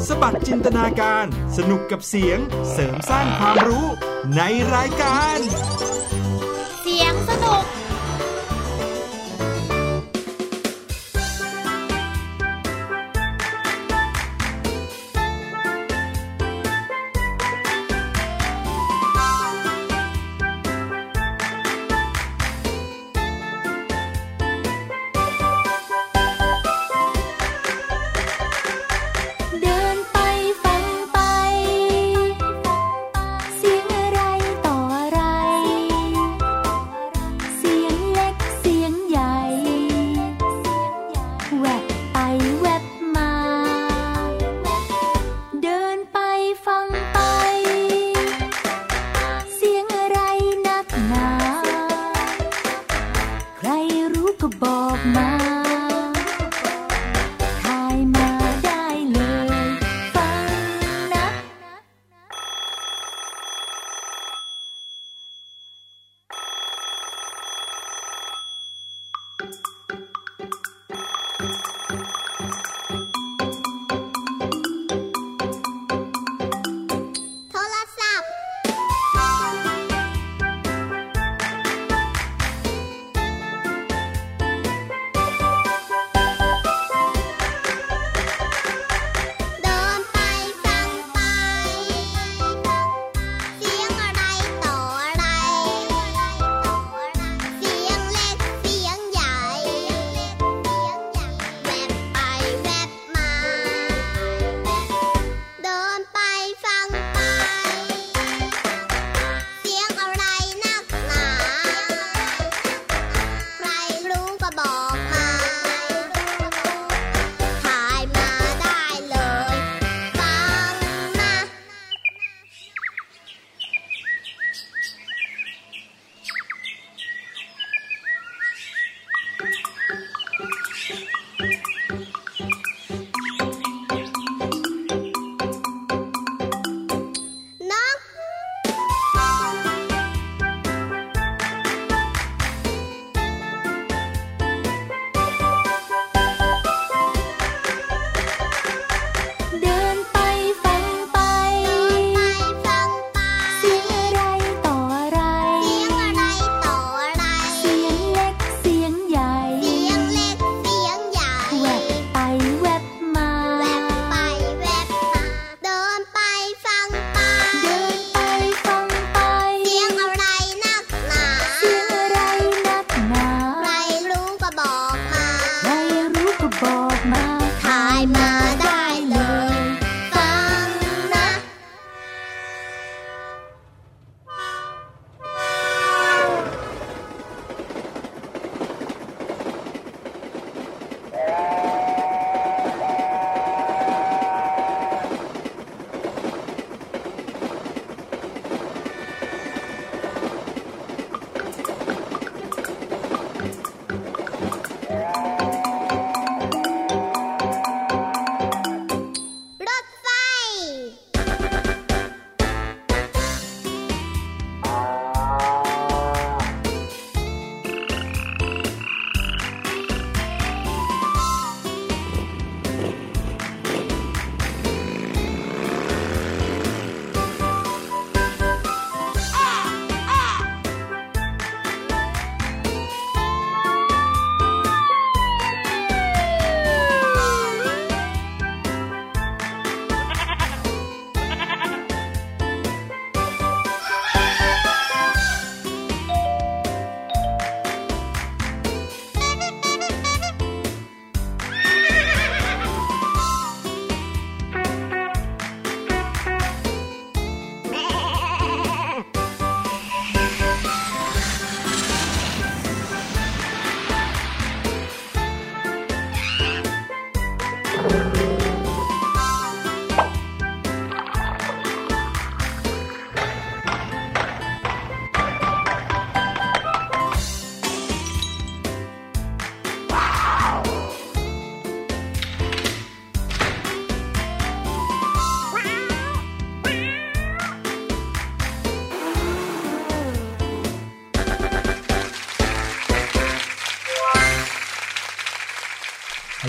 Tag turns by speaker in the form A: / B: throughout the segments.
A: สบัดจินตนาการสนุกกับเสียงเสริมสร้างความรู้ในรายการ
B: เสียงสนุก
C: เสียงอะไรต่ออะไร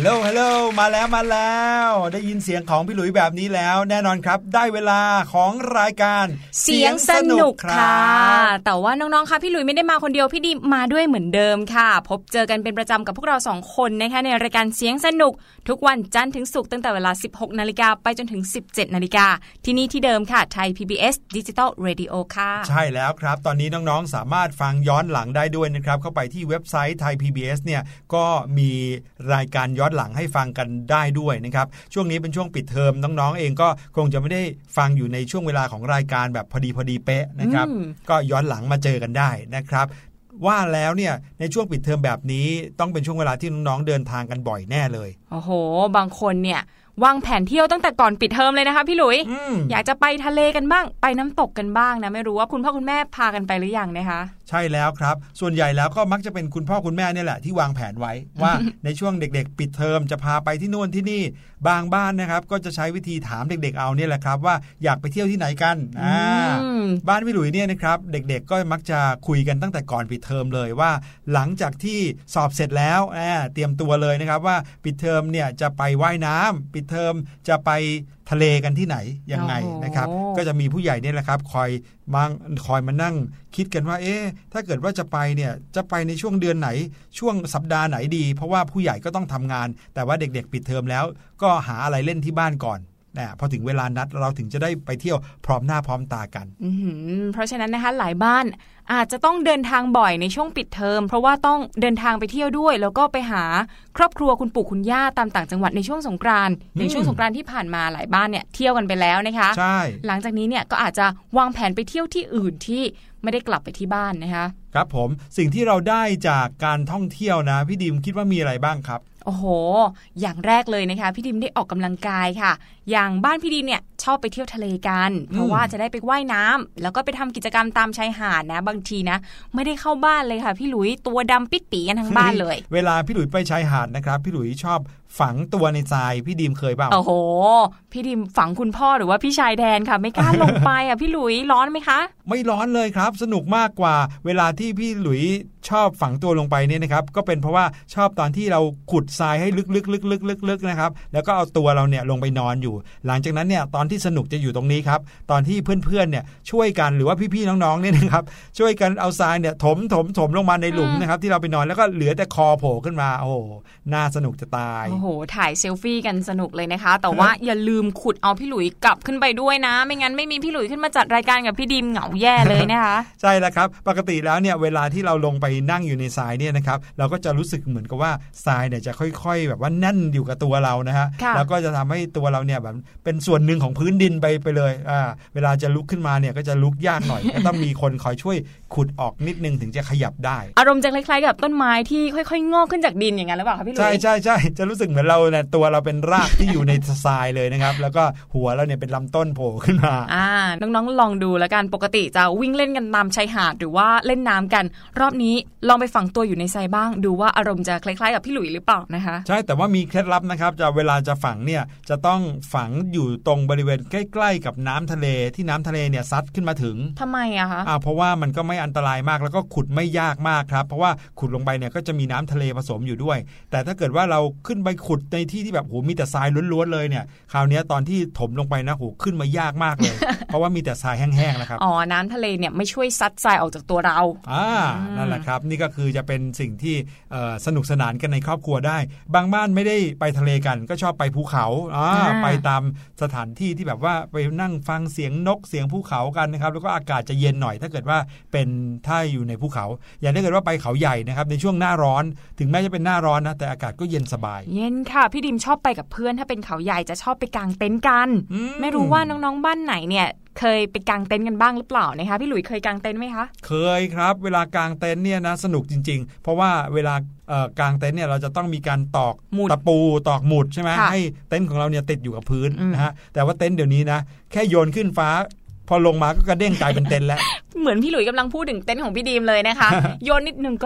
A: ลโหลมาแล้วได้ยินเสียงของพี่หลุยแบบนี้แล้วแน่นอนครับได้เวลาของรายการ
C: เสียงสนุกค่ะแต่ว่าน้องๆค่ะพี่หลุยไม่ได้มาคนเดียวพี่ดิมมาด้วยเหมือนเดิมค่ะพบเจอกันเป็นประจำกับพวกเรา2คนนะคะในรายการเสียงสนุกทุกวันจันทร์ถึงศุกร์ตั้งแต่เวลา 16:00 นไปจนถึง 17:00 นที่นี่ที่เดิมค่ะไทย PBS Digital Radio ค่ะ
A: ใช่แล้วครับตอนนี้น้องๆสามารถฟังย้อนหลังได้ด้วยนะครับเข้าไปที่เว็บไซต์ไทย PBS เนี่ยก็มีรายการย้อนหลังให้ฟังกันได้ด้วยนะครับช่วงนี้เป็นช่วงปิดเทอมน้องๆเองก็คงจะไม่ได้ฟังอยู่ในช่วงเวลาของรายการแบบพอดีเป๊ะนะครับก็ย้อนหลังมาเจอกันได้นะครับว่าแล้วเนี่ยในช่วงปิดเทอมแบบนี้ต้องเป็นช่วงเวลาที่น้องๆเดินทางกันบ่อยแน่เลย
C: โอ้โหบางคนเนี่ยวางแผนเที่ยวตั้งแต่ก่อนปิดเทอมเลยนะคะพี่หลุยอยากจะไปทะเลกันบ้างไปน้ำตกกันบ้างนะไม่รู้ว่าคุณพ่อคุณแม่พากันไปหรือยังนะคะ
A: ใช่แล้วครับส่วนใหญ่แล้วก็มักจะเป็นคุณพ่อคุณแม่เนี่ยแหละที่วางแผนไว้ ว่า ในช่วงเด็กๆปิดเทอมจะพาไปที่โน่นที่นี่บางบ้านนะครับก็จะใช้วิธีถามเด็กๆเอาเนี่ยแหละครับว่าอยากไปเที่ยวที่ไหนกันบ้านพี่หลุยเนี่ยนะครับเด็กๆก็มักจะคุยกันตั้งแต่ก่อนปิดเทอมเลยว่าหลังจากที่สอบเสร็จแล้วเตรียมตัวเลยนะครับว่าปิดเทอมเนี่ยจะไปว่ายน้ำปิดเทอมจะไปทะเลกันที่ไหนยังไงนะครับก็จะมีผู้ใหญ่เนี่ยแหละครับคอยมานั่งคิดกันว่าถ้าเกิดว่าจะไปเนี่ยจะไปในช่วงเดือนไหนช่วงสัปดาห์ไหนดีเพราะว่าผู้ใหญ่ก็ต้องทำงานแต่ว่าเด็กๆปิดเทอมแล้วก็หาอะไรเล่นที่บ้านก่อนพอถึงเวลานัดเราถึงจะได้ไปเที่ยวพร้อมหน้าพร้อมตากัน
C: เพราะฉะนั้นนะคะหลายบ้านอาจจะต้องเดินทางบ่อยในช่วงปิดเทอมเพราะว่าต้องเดินทางไปเที่ยวด้วยแล้วก็ไปหาครอบครัวคุณปู่คุณย่าตามต่างจังหวัดในช่วงสงกรานต์ในช่วงสงกรานต์ที่ผ่านมาหลายบ้านเนี่ยเที่ยวกันไปแล้วนะคะ
A: ใช่
C: หลังจากนี้เนี่ยก็อาจจะวางแผนไปเที่ยวที่อื่นที่ไม่ได้กลับไปที่บ้านนะคะ
A: ครับผมสิ่งที่เราได้จากการท่องเที่ยวนะพี่ดิมคิดว่ามีอะไรบ้างครับ
C: โอ้โหอย่างแรกเลยนะคะพี่ดิมได้ออกกำลังกายค่ะอย่างบ้านพี่ดิมเนี่ยชอบไปเที่ยวทะเลกันเพราะว่าจะได้ไปว่ายน้ำแล้วก็ไปทำกิจกรรมตามชายหาดนะบางทีนะไม่ได้เข้าบ้านเลยค่ะพี่หลุยตัวดำปิดปีกันทั้งบ้านเลย
A: เวลาพี่หลุยไปชายหาดนะครับพี่หลุยชอบฝังตัวในทรายพี่ดิมเคยเปล่า
C: โอ้โหพี่ดิมฝังคุณพ่อหรือว่าพี่ชายแดนค่ะไม่กล้าลงไปพี่หลุยร้อนไหมคะ
A: ไม่ร้อนเลยครับสนุกมากกว่าเวลาที่พี่หลุยชอบฝังตัวลงไปเนี่ยนะครับก็เป็นเพราะว่าชอบตอนที่เราขุดทรายให้ลึกๆนะครับแล้วก็เอาตัวเราเนี่ยลงไปนอนอยู่หลังจากนั้นเนี่ยตอนที่สนุกจะอยู่ตรงนี้ครับตอนที่เพื่อนๆเนี่ยช่วยกันหรือว่าพี่ๆน้องๆเนี่ยนะครับช่วยกันเอาทรายเนี่ยถมลงมาในหลุมนะครับที่เราไปนอนแล้วก็เหลือแต่คอโผล่ขึ้นมาโอ้โหน่าสนุกจะตาย
C: โอ้โหถ่ายเซลฟี่กันสนุกเลยนะคะแต่ว่าอย่าลืมขุดเอาพี่หลุยกลับขึ้นไปด้วยนะไม่งั้นไม่มีพี่หลุยขึ้นมาจัดรายการกับพี่ดิมเหงาแย่เลยนะคะ
A: ใช่แล้วครับปกติแล้วเนี่ยเวลาที่เราลงไปนั่งอยู่ในทรายเนี่ยนะครับเราก็จะรู้สึกเหมือนกับว่าทรายเนี่ยจะค่อยๆแบบว่าแน่นอยู่กับตัวเรานะฮะแล้วก็จะทำให้ตัวเราเนี่ยแบบเป็นส่วนหนึ่งของพื้นดินไปเลยเวลาจะลุกขึ้นมาเนี่ยก็จะลุกยากหน่อย ก็ต้องมีคนคอยช่วยขุดออกนิดนึงถึงจะขยับได้
C: อารมณ์จะคล้ายๆกับต้นไม้ที่ค่อยๆงอกขึ้นจากดินอย่างนั้นหรือเปล่าคะพี่หลุย
A: ใช่จะรู้สึกเหมือนเราเนี่ยตัวเราเป็นรากที่อยู่ในทรายเลยนะครับแล้วก็หัวเราเนี่ยเป็นลำต้นโผล่ขึ้นมา
C: น้องๆลองดูแล้วกันปกติจะวิ่งเล่นกันตามชายหาดหรือว่าเล่นน้ำกันรอบนี้ลองไปฝังตัวอยู่ในทรายบ้างดูว่าอารมณ์จะคล้ายๆกับพี่หลุยหรือเปล่านะคะ
A: ใช่แต่ว่ามีเคล็ดลับนะครับเวลาจะฝังเนี่ยจะต้องฝังอยู่ตรงบริเวณใกล้ๆกับน้ำทะเลที่น้ำทะเลเนี่ยซัดขึ้นมาถึง
C: ทำไมอะคะ
A: เพราะว่ามันก็ไม่อันตรายมากแล้วก็ขุดไม่ยากมากครับเพราะว่าขุดลงไปเนี่ยก็จะมีน้ำทะเลผสมอยู่ด้วยแต่ถ้าเกิดว่าเราขึ้นไปขุดในที่ที่แบบมีแต่ทรายล้วนๆเลยเนี่ยคราวนี้ตอนที่ถมลงไปนะขึ้นมายากมากเลย เพราะว่ามีแต่ทรายแห้งๆนะครับ
C: น้ำทะเลเนี่ยไม่ช่วยซัดทรายออกจากตัวเรา
A: นั่นแหละครับนี่ก็คือจะเป็นสิ่งที่สนุกสนานกันในครอบครัวได้บางบ้านไม่ได้ไปทะเลกันก็ชอบไปภูเขาไปตามสถานที่ที่แบบว่าไปนั่งฟังเสียงนกเสียงภูเขากันนะครับแล้วก็อากาศจะเย็นหน่อยถ้าเกิดว่าเป็นถ้าอยู่ในภูเขาอย่างถ้าเกิดว่าไปเขาใหญ่นะครับในช่วงหน้าร้อนถึงแม้จะเป็นหน้าร้อนนะแต่อากาศก็เย็นสบาย
C: เย็นค่ะพี่ดิมชอบไปกับเพื่อนถ้าเป็นเขาใหญ่จะชอบไปกางเต็นท์กันไม่รู้ว่าน้องๆบ้านไหนเนี่ยเคยไปกางเต็นท์กันบ้างหรือเปล่านะคะพี่หลุยเคยกางเต็นท์ไหมคะ
A: เคยครับเวลากางเต็นท์เนี่ยนะสนุกจริงๆเพราะว่าเวลากางเต็นท์เนี่ยเราจะต้องมีการตอกตะปูตอกหมุดใช่ไหมให้เต็นท์ของเราเนี่ยติดอยู่กับพื้นนะฮะแต่ว่าเต็นท์เดี๋ยวนี้นะแค่โยนขึ้นฟ้าพอลงมาก็กระเด้งกลายเป็นเต็นท์แล้ว
C: เหมือนพี่หลุยกำลังพูดถึงเต็นท์ของพี่ดีมเลยนะคะ โยนนิดนึงก็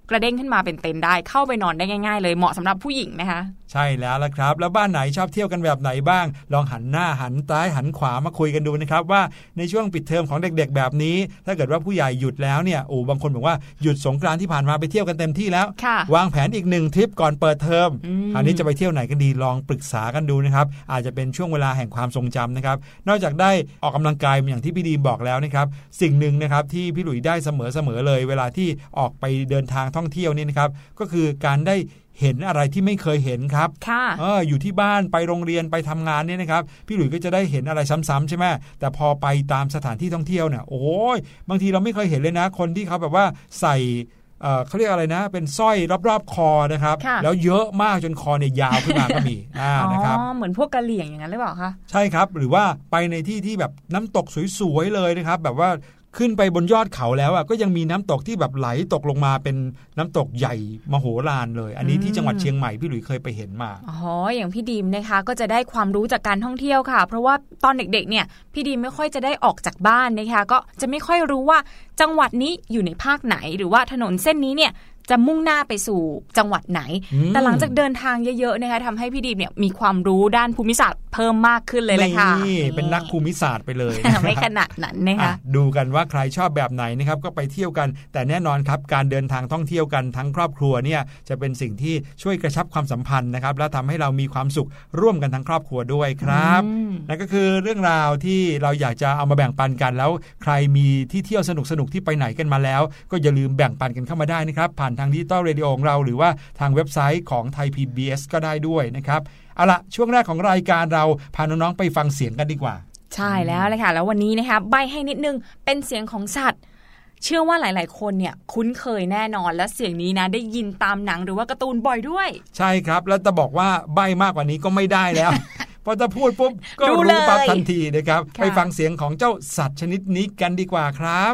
C: กระเด้งขึ้นมาเป็นเต็นท์ได้เข้าไปนอนได้ง่ายๆเลยเหมาะสำหรับผู้หญิงนะคะ
A: ใช่แล้วละครับแล้วบ้านไหนชอบเที่ยวกันแบบไหนบ้างลองหันหน้าหันซ้ายหันขวามาคุยกันดูนะครับว่าในช่วงปิดเทอมของเด็กๆแบบนี้ถ้าเกิดว่าผู้ใหญ่หยุดแล้วเนี่ยบางคนบอกว่าหยุดสงกรานต์ที่ผ่านมาไปเที่ยวกันเต็มที่แล้ววางแผนอีก1ทริปก่อนเปิดเทอมคราวนี้จะไปเที่ยวไหนกันดีลองปรึกษากันดูนะครับอาจจะเป็นช่วงเวลาแห่งความทรงจำนะครับนอกจากได้ออกกำลังกายอย่างที่พี่ดีบอกแล้วนะครับสิ่งหนึ่งนะครับที่พี่หลุยได้เสมอเลยเวลาที่ออกไปเดินทางท่องเที่ยวนี่นะครับก็คือการได้เห็นอะไรที่ไม่เคยเห็นครับอยู่ที่บ้านไปโรงเรียนไปทำงานเนี่ยนะครับพี่หลุยส์ก็จะได้เห็นอะไรซ้ำๆใช่ไหมแต่พอไปตามสถานที่ท่องเที่ยวเนี่ยโอ้ยบางทีเราไม่เคยเห็นเลยนะคนที่เขาแบบว่าใส่เขาเรียกอะไรนะเป็นสร้อยรอบๆคอนะครับแล้วเยอะมากจนคอเนี่ยยาวขึ้นมาก็มีนะครับ
C: เหมือนพวกกะเหลี่ยงอย่างนั้นหรือเปล่าคะ
A: ใช่ครับหรือว่าไปในที่ที่แบบน้ำตกสวยๆเลยนะครับแบบว่าขึ้นไปบนยอดเขาแล้วก็ยังมีน้ำตกที่แบบไหลตกลงมาเป็นน้ำตกใหญ่มโหฬารเลยอันนี้ที่จังหวัดเชียงใหม่พี่หลุยเคยไปเห็นมา
C: อย่างพี่ดีมนะคะก็จะได้ความรู้จากการท่องเที่ยวค่ะเพราะว่าตอนเด็กๆเนี่ยพี่ดีมไม่ค่อยจะได้ออกจากบ้านนะคะก็จะไม่ค่อยรู้ว่าจังหวัดนี้อยู่ในภาคไหนหรือว่าถนนเส้นนี้เนี่ยจะมุ่งหน้าไปสู่จังหวัดไหนแต่หลังจากเดินทางเยอะๆนะคะทำให้พี่ดีมเนี่ยมีความรู้ด้านภูมิศาสตร์เพิ่มมากขึ้นเลยเลยค่ะ
A: นี่เป็นนักภูมิศาสตร์ไปเลย
C: ไม่ขนาดนั้นนะคะ
A: ดูกันว่าใครชอบแบบไหนนะครับก็ไปเที่ยวกันแต่แน่นอนครับการเดินทางท่องเที่ยวกันทั้งครอบครัวเนี่ยจะเป็นสิ่งที่ช่วยกระชับความสัมพันธ์นะครับและทำให้เรามีความสุขร่วมกันทั้งครอบครัวด้วยครับนั่นก็คือเรื่องราวที่เราอยากจะเอามาแบ่งปันกันแล้วใครมีที่เที่ยวสนุกๆที่ไปไหนกันมาแล้วก็อย่าลืมแบ่งปันกันเข้ามาได้นะครับผ่านทางดิจิตอลเรดิโอของเราหรือว่าทางเว็บไซต์ของ Thai PBS ก็ได้ด้วยนะครับเอาละช่วงแรกของรายการเราพาน้องๆไปฟังเสียงกันดีกว่า
C: ใช่แล้วเลยค่ะแล้ววันนี้นะคะใบให้นิดนึงเป็นเสียงของสัตว์เชื่อว่าหลายๆคนเนี่ยคุ้นเคยแน่นอนและเสียงนี้นะได้ยินตามหนังหรือว่าการ์ตูนบ่อยด้วย
A: ใช่ครับแล้วจะบอกว่าใบมากกว่านี้ก็ไม่ได้แล้ว พอจะพูดปุ๊บก็รู้ปั๊บทันทีนะครับไปฟังเสียงของเจ้าสัตว์ชนิดนี้กันดีกว่าครับ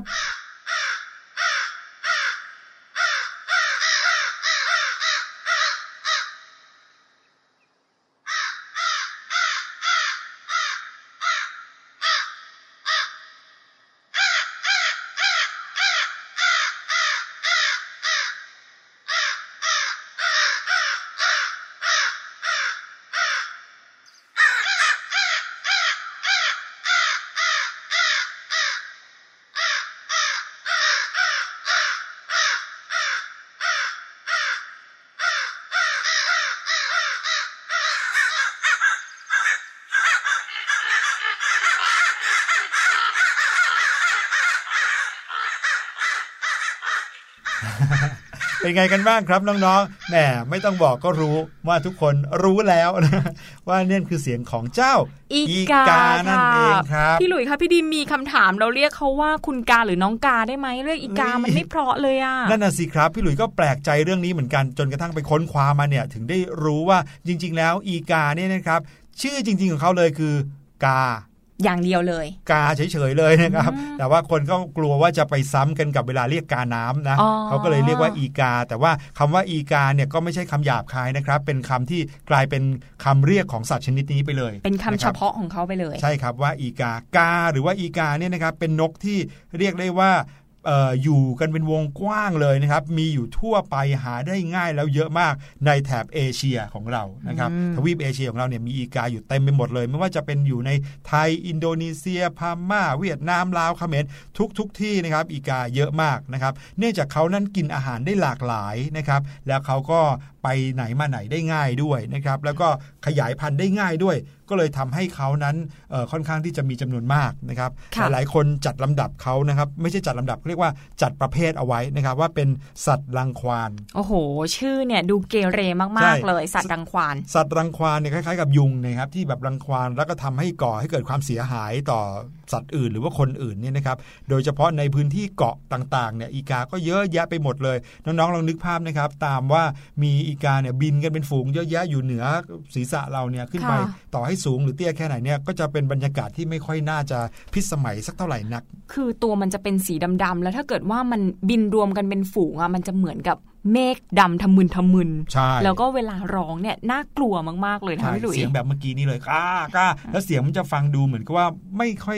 A: เป็นไงกันบ้างครับน้องๆแหมไม่ต้องบอกก็รู้ว่าทุกคนรู้แล้วนะว่าเนี่ยคือเสียงของเจ้าอีกานั่นเองครับ
C: พี่หลุยส์คะพี่ดิมมีคำถามเราเรียกเขาว่าคุณกาหรือน้องกาได้ไหมเรียกอีกามันไม่เพราะเลยอ่ะ
A: นั่นน่ะสิครับพี่หลุยส์ก็แปลกใจเรื่องนี้เหมือนกันจนกระทั่งไปค้นคว้ามาเนี่ยถึงได้รู้ว่าจริงๆแล้วอีกาเนี่ยนะครับชื่อจริงๆของเขาเลยคือกา
C: อย่างเดียวเลย
A: กาเฉยๆเลยนะครับแต่ว่าคนก็กลัวว่าจะไปซ้ำกันกับเวลาเรียกกาน้ำนะเขาก็เลยเรียกว่าอีกาแต่ว่าคำว่าอีกาเนี่ยก็ไม่ใช่คำหยาบคายนะครับเป็นคำที่กลายเป็นคำเรียกของสัตว์ชนิดนี้ไปเลย
C: เป็นคำเฉพาะของเขาไปเลย
A: ใช่ครับว่าอีกาหรือว่าอีกาเนี่ยนะครับเป็นนกที่เรียกได้ว่าอยู่กันเป็นวงกว้างเลยนะครับมีอยู่ทั่วไปหาได้ง่ายแล้วเยอะมากในแถบเอเชียของเรานะครับทวีปเอเชียของเราเนี่ยมีอีกาอยู่เต็มไปหมดเลยไม่ว่าจะเป็นอยู่ในไทยอินโดนีเซียพม่าเวียดนามลาวเขมรทุกที่นะครับอีกาเยอะมากนะครับเนื่องจากเขานั้นกินอาหารได้หลากหลายนะครับแล้วเขาก็ไปไหนมาไหนได้ง่ายด้วยนะครับแล้วก็ขยายพันธุ์ได้ง่ายด้วยก็เลยทำให้เขานั้นค่อนข้างที่จะมีจำนวนมากนะครับหลายคนจัดลำดับเขานะครับไม่ใช่จัดลำดับเรียกว่าจัดประเภทเอาไว้นะครับว่าเป็นสัตว์รังควาน
C: โอ้โหชื่อเนี่ยดูเกเรมากๆเลยสัตว์รังควาน
A: สัตว์รังควานเนี่ยคล้ายๆกับยุงนะครับที่แบบรังควานแล้วก็ทำให้ก่อให้เกิดความเสียหายต่อสัตว์อื่นหรือว่าคนอื่นเนี่ยนะครับโดยเฉพาะในพื้นที่เกาะต่างๆเนี่ยอีกาก็เยอะแยะไปหมดเลยน้องๆลองนึกภาพนะครับตามว่ามีอีกาเนี่ยบินกันเป็นฝูงเยอะแยะอยู่เหนือศีรษะเราเนี่ยขึ้นไปต่อให้สูงหรือเตี้ยแค่ไหนเนี่ยก็จะเป็นบรรยากาศที่ไม่ค่อยน่าจะพิสมัยสักเท่าไหร่นัก
C: คือตัวมันจะเป็นสีดำๆแล้วถ้าเกิดว่ามันบินรวมกันเป็นฝูงอ่ะมันจะเหมือนกับเมฆดำทะมึนแล้วก็เวลาร้องเนี่ยน่ากลัวมากๆเลยนะพี่หลุย
A: เสียงแบบเมื่อกี้นี่เลยก้าแล้วเสียงมันจะฟังดูเหมือนกับว่าไม่ค่อย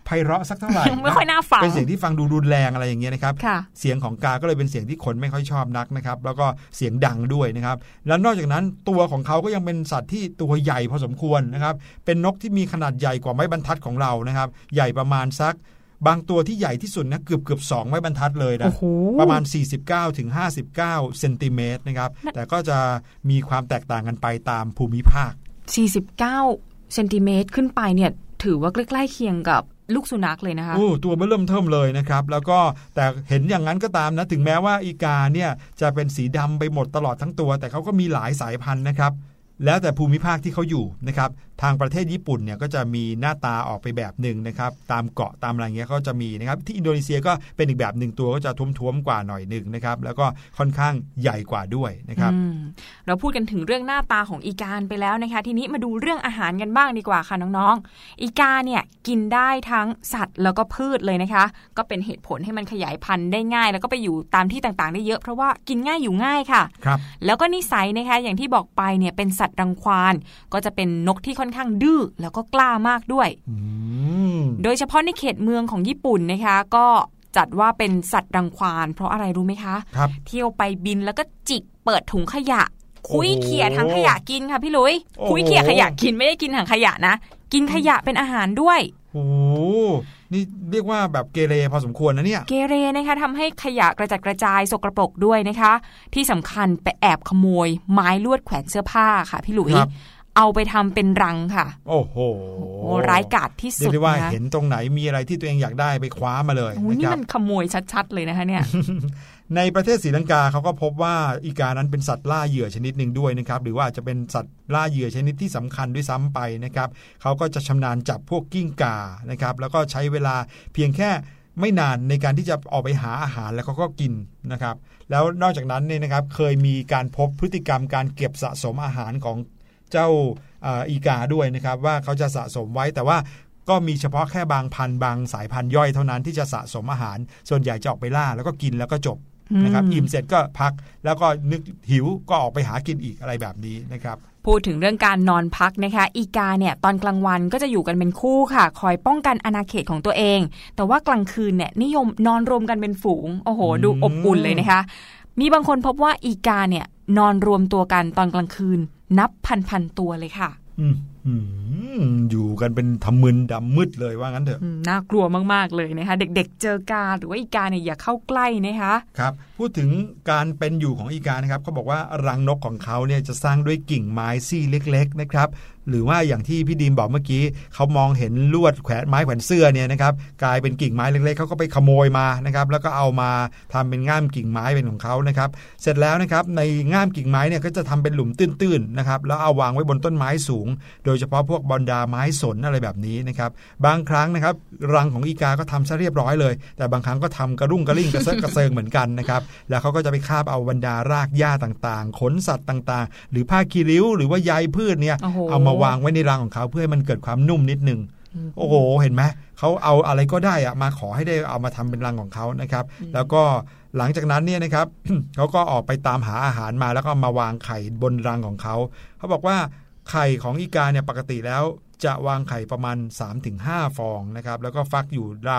A: ไพเราะสักเท่าไหร่
C: ไม่ค่อยน่าฟัง
A: เป็นเสียงที่ฟังดูรุนแรงอะไรอย่างเงี้ยนะครับ
C: ค่ะ
A: เสียงของกาก็เลยเป็นเสียงที่คนไม่ค่อยชอบนักนะครับแล้วก็เสียงดังด้วยนะครับแล้วนอกจากนั้นตัวของเขาก็ยังเป็นสัตว์ที่ตัวใหญ่พอสมควรนะครับเป็นนกที่มีขนาดใหญ่กว่าไม้บรรทัดของเรานะครับใหญ่ประมาณสักบางตัวที่ใหญ่ที่สุดนะเกือบ2ไม้บรรทัดเลยนะประมาณ49ถึง59เซนติเมตรนะครับแต่ก็จะมีความแตกต่างกันไปตามภูมิภาค
C: 49เซนติเมตรขึ้นไปเนี่ยถือว่าใกล้ๆเคียงกับลูกสุนัขเลยนะคะ
A: ตัวเริ่มเทิมเลยนะครับแล้วก็แต่เห็นอย่างนั้นก็ตามนะถึงแม้ว่าอีกาเนี่ยจะเป็นสีดำไปหมดตลอดทั้งตัวแต่เขาก็มีหลายสายพันธุ์นะครับแล้วแต่ภูมิภาคที่เขาอยู่นะครับทางประเทศญี่ปุ่นเนี่ยก็จะมีหน้าตาออกไปแบบหนึ่งนะครับตามเกาะตามอะไรเงี้ยเขาจะมีนะครับที่อินโดนีเซียก็เป็นอีกแบบหนึ่งตัวก็จะท้วมๆกว่าหน่อยหนึ่งนะครับแล้วก็ค่อนข้างใหญ่กว่าด้วยนะครับ
C: เราพูดกันถึงเรื่องหน้าตาของอีกาไปแล้วนะคะทีนี้มาดูเรื่องอาหารกันบ้างดีกว่าค่ะน้องๆอีกาเนี่ยกินได้ทั้งสัตว์แล้วก็พืชเลยนะคะก็เป็นเหตุผลให้มันขยายพันธุ์ได้ง่ายแล้วก็ไปอยู่ตามที่ต่างๆได้เยอะเพราะว่ากินง่ายอยู่ง่ายค่ะ
A: ครับ
C: แล้วก็นิสัยนะคะอย่างที่บอกไปเนี่ยเป็นสัตว์รังควานก็จะเป็นนกที่ค่อนข้างดื้อแล้วก็กล้ามากด้วยโดยเฉพาะในเขตเมืองของญี่ปุ่นนะคะก็จัดว่าเป็นสัตว์รังควานเพราะอะไรรู้ไหมคะเที่ยวไปบินแล้วก็จิกเปิดถุงขยะคุยเขี่ยถังขยะกินค่ะพี่ลุยคุยเขี่ยขยะกินไม่ได้กินถังขยะนะกินขยะเป็นอาหารด้วย
A: โอ้นี่เรียกว่าแบบเกเรพอสมควรนะเนี่ย
C: เกเรนะคะทำให้ขยะกระจัดกระจายสกปรกด้วยนะคะที่สำคัญไปแอบขโมยไม้ลวดแขวนเสื้อผ้าค่ะพี่ลุยเอาไปทำเป็นรังค่ะ
A: โอ้โห
C: ร้ายกาจที่สุด
A: เรียกว่าเห็นตรงไหนมีอะไรที่ตัวเองอยากได้ไปคว้ามาเลย
C: นี่มันขโมยชัดๆเลยนะคะเนี่ย
A: ในประเทศศรีลังกาเขาก็พบว่าอีกานั้นเป็นสัตว์ล่าเหยื่อชนิดหนึ่งด้วยนะครับหรือว่าจะเป็นสัตว์ล่าเหยื่อชนิดที่สำคัญด้วยซ้ำไปนะครับเขาก็จะชำนาญจับพวกกิ้งก่านะครับแล้วก็ใช้เวลาเพียงแค่ไม่นานในการที่จะออกไปหาอาหารแล้วเขาก็กินนะครับแล้วนอกจากนั้นเนี่ยนะครับเคยมีการพบพฤติกรรมการเก็บสะสมอาหารของเจ้าอีกาด้วยนะครับว่าเขาจะสะสมไว้แต่ว่าก็มีเฉพาะแค่บางพันธุ์บางสายพันธุ์ย่อยเท่านั้นที่จะสะสมอาหารส่วนใหญ่จะออกไปล่าแล้วก็กินแล้วก็จบนะครับอิ่มเสร็จก็พักแล้วก็นึกหิวก็ออกไปหากินอีกอะไรแบบนี้นะครับ
C: พูดถึงเรื่องการนอนพักนะคะอีกาเนี่ยตอนกลางวันก็จะอยู่กันเป็นคู่ค่ะคอยป้องกันอาณาเขตของตัวเองแต่ว่ากลางคืนเนี่ยนิยมนอนรวมกันเป็นฝูงโอ้โหดูอบอุ่นเลยนะคะมีบางคนพบว่าอีกาเนี่ยนอนรวมตัวกันตอนกลางคืนนับพันตัวเลยค่ะ
A: อยู่กันเป็นทำมึนดำมืดเลยว่างั้นเถอะ
C: น่ากลัวมากๆเลยนะคะเด็กๆเจอกาหรือว่าอีกาเนี่ยอย่าเข้าใกล้นะคะ
A: ครับพูดถึงการเป็นอยู่ของอีกานะครับเขาบอกว่ารังนกของเขาเนี่ยจะสร้างด้วยกิ่งไม้ซี่เล็กๆนะครับหรือว่าอย่างที่พี่ดีมบอกเมื่อกี้เขามองเห็นลวดแขวนไม้แขวนเสื้อเนี่ยนะครับกลายเป็นกิ่งไม้เล็กๆเขาก็ไปขโมยมานะครับแล้วก็เอามาทำเป็นง่ามกิ่งไม้เป็นของเขานะครับเสร็จแล้วนะครับในง่ามกิ่งไม้เนี่ยก็จะทำเป็นหลุมตื้นๆนะครับแล้วเอาวางไว้บนต้นไม้สูงโดยเฉพาะพวกบรรดาไม้สนอะไรแบบนี้นะครับบางครั้งนะครับรังของอีกาก็ทำซะเรียบร้อยเลยแต่บางครั้งก็ทำกระรุ่งกระริ่งกระเซิงกระเซิงเหมือนกันนะครับแล้วเขาก็จะไปคาบเอาบรรดารากหญ้าต่างๆขนสัตว์ต่างๆหรือผ้าคีริ้วหรือว่าใยพืชเนี่ยเอามาวางไว้ในรังของเขาเพื่อให้มันเกิดความนุ่มนิดนึงโอ้โหเห็นไหมเขาเอาอะไรก็ได้อะมาขอให้ได้เอามาทำเป็นรังของเขานะครับแล้วก็หลังจากนั้นเนี่ยนะครับ เขาก็ออกไปตามหาอาหารมาแล้วก็มาวางไข่บนรังของเขาเขาบอกว่าไข่ของอีกาเนี่ยปกติแล้วจะวางไข่ประมาณ 3-5 ฟองนะครับแล้วก็ฟักอยู่ราว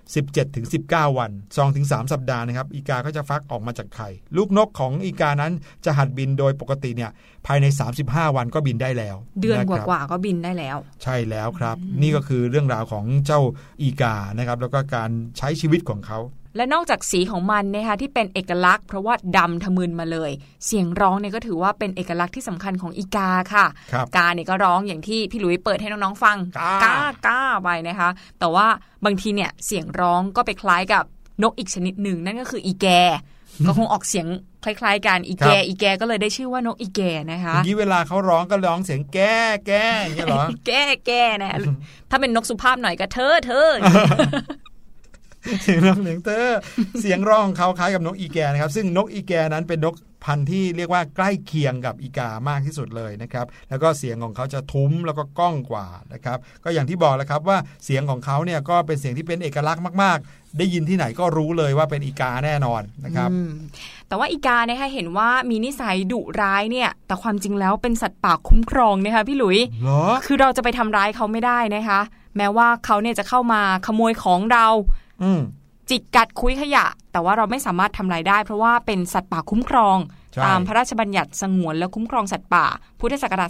A: 17-19 วัน 2-3 สัปดาห์นะครับอีกาก็จะฟักออกมาจากไข่ลูกนกของอีกานั้นจะหัดบินโดยปกติเนี่ยภายใน35วันก็บินได้แล้ว
C: เดือนกว่าๆก็บินได้แล้ว
A: ใช่แล้วครับนี่ก็คือเรื่องราวของเจ้าอีกานะครับแล้วก็การใช้ชีวิตของเขา
C: และนอกจากสีของมันนะคะที่เป็นเอกลักษณ์เพราะว่าดำทะมึนมาเลยเสียงร้องเนี่ยก็ถือว่าเป็นเอกลักษณ์ที่สำคัญของอีกาค่ะกาเนี่ยก็ร้องอย่างที่พี่หลุยเปิดให้น้องๆฟังกาไปนะคะแต่ว่าบางทีเนี่ยเสียงร้องก็ไปคล้ายกับนกอีกชนิดหนึ่งนั่นก็คืออีแกก็คงออกเสียงคล้ายๆกันอีแกก็เลยได้ชื่อว่านกอีแกนะคะ
A: เมื่อกี้เวลาเขาร้องก็ร้องเสียงแก้อย่างเงี้ยหรอ
C: แก้นะถ้าเป็นนกสุภาพหน่อยก็เธอ
A: เสียงร้องเสียงร้องของเขาคล้ายกับนกอีแกนะครับซึ่งนกอีแกนั้นเป็นนกพันธุ์ที่เรียกว่าใกล้เคียงกับอีกามากที่สุดเลยนะครับแล้วก็เสียงของเขาจะทุ้มแล้วก็ก้องกว่านะครับก็อย่างที่บอกแล้วครับว่าเสียงของเขาเนี่ยก็เป็นเสียงที่เป็นเอกลักษณ์มากๆได้ยินที่ไหนก็รู้เลยว่าเป็นอีกาแน่นอนนะครับ
C: แต่ว่าอีกาเนี่ยเห็นว่ามีนิสัยดุร้ายเนี่ยแต่ความจริงแล้วเป็นสัตว์ป่าคุ้มครองนะคะพี่หลุยคือเราจะไปทำร้ายเขาไม่ได้นะคะแม้ว่าเขาเนี่ยจะเข้ามาขโมยของเราจิกกัดคุ้ยขยะแต่ว่าเราไม่สามารถทำลายได้เพราะว่าเป็นสัตว์ป่าคุ้มครองตามพระราชบัญญัติสงวนและคุ้มครองสัตว์ป่าพุทธศักราช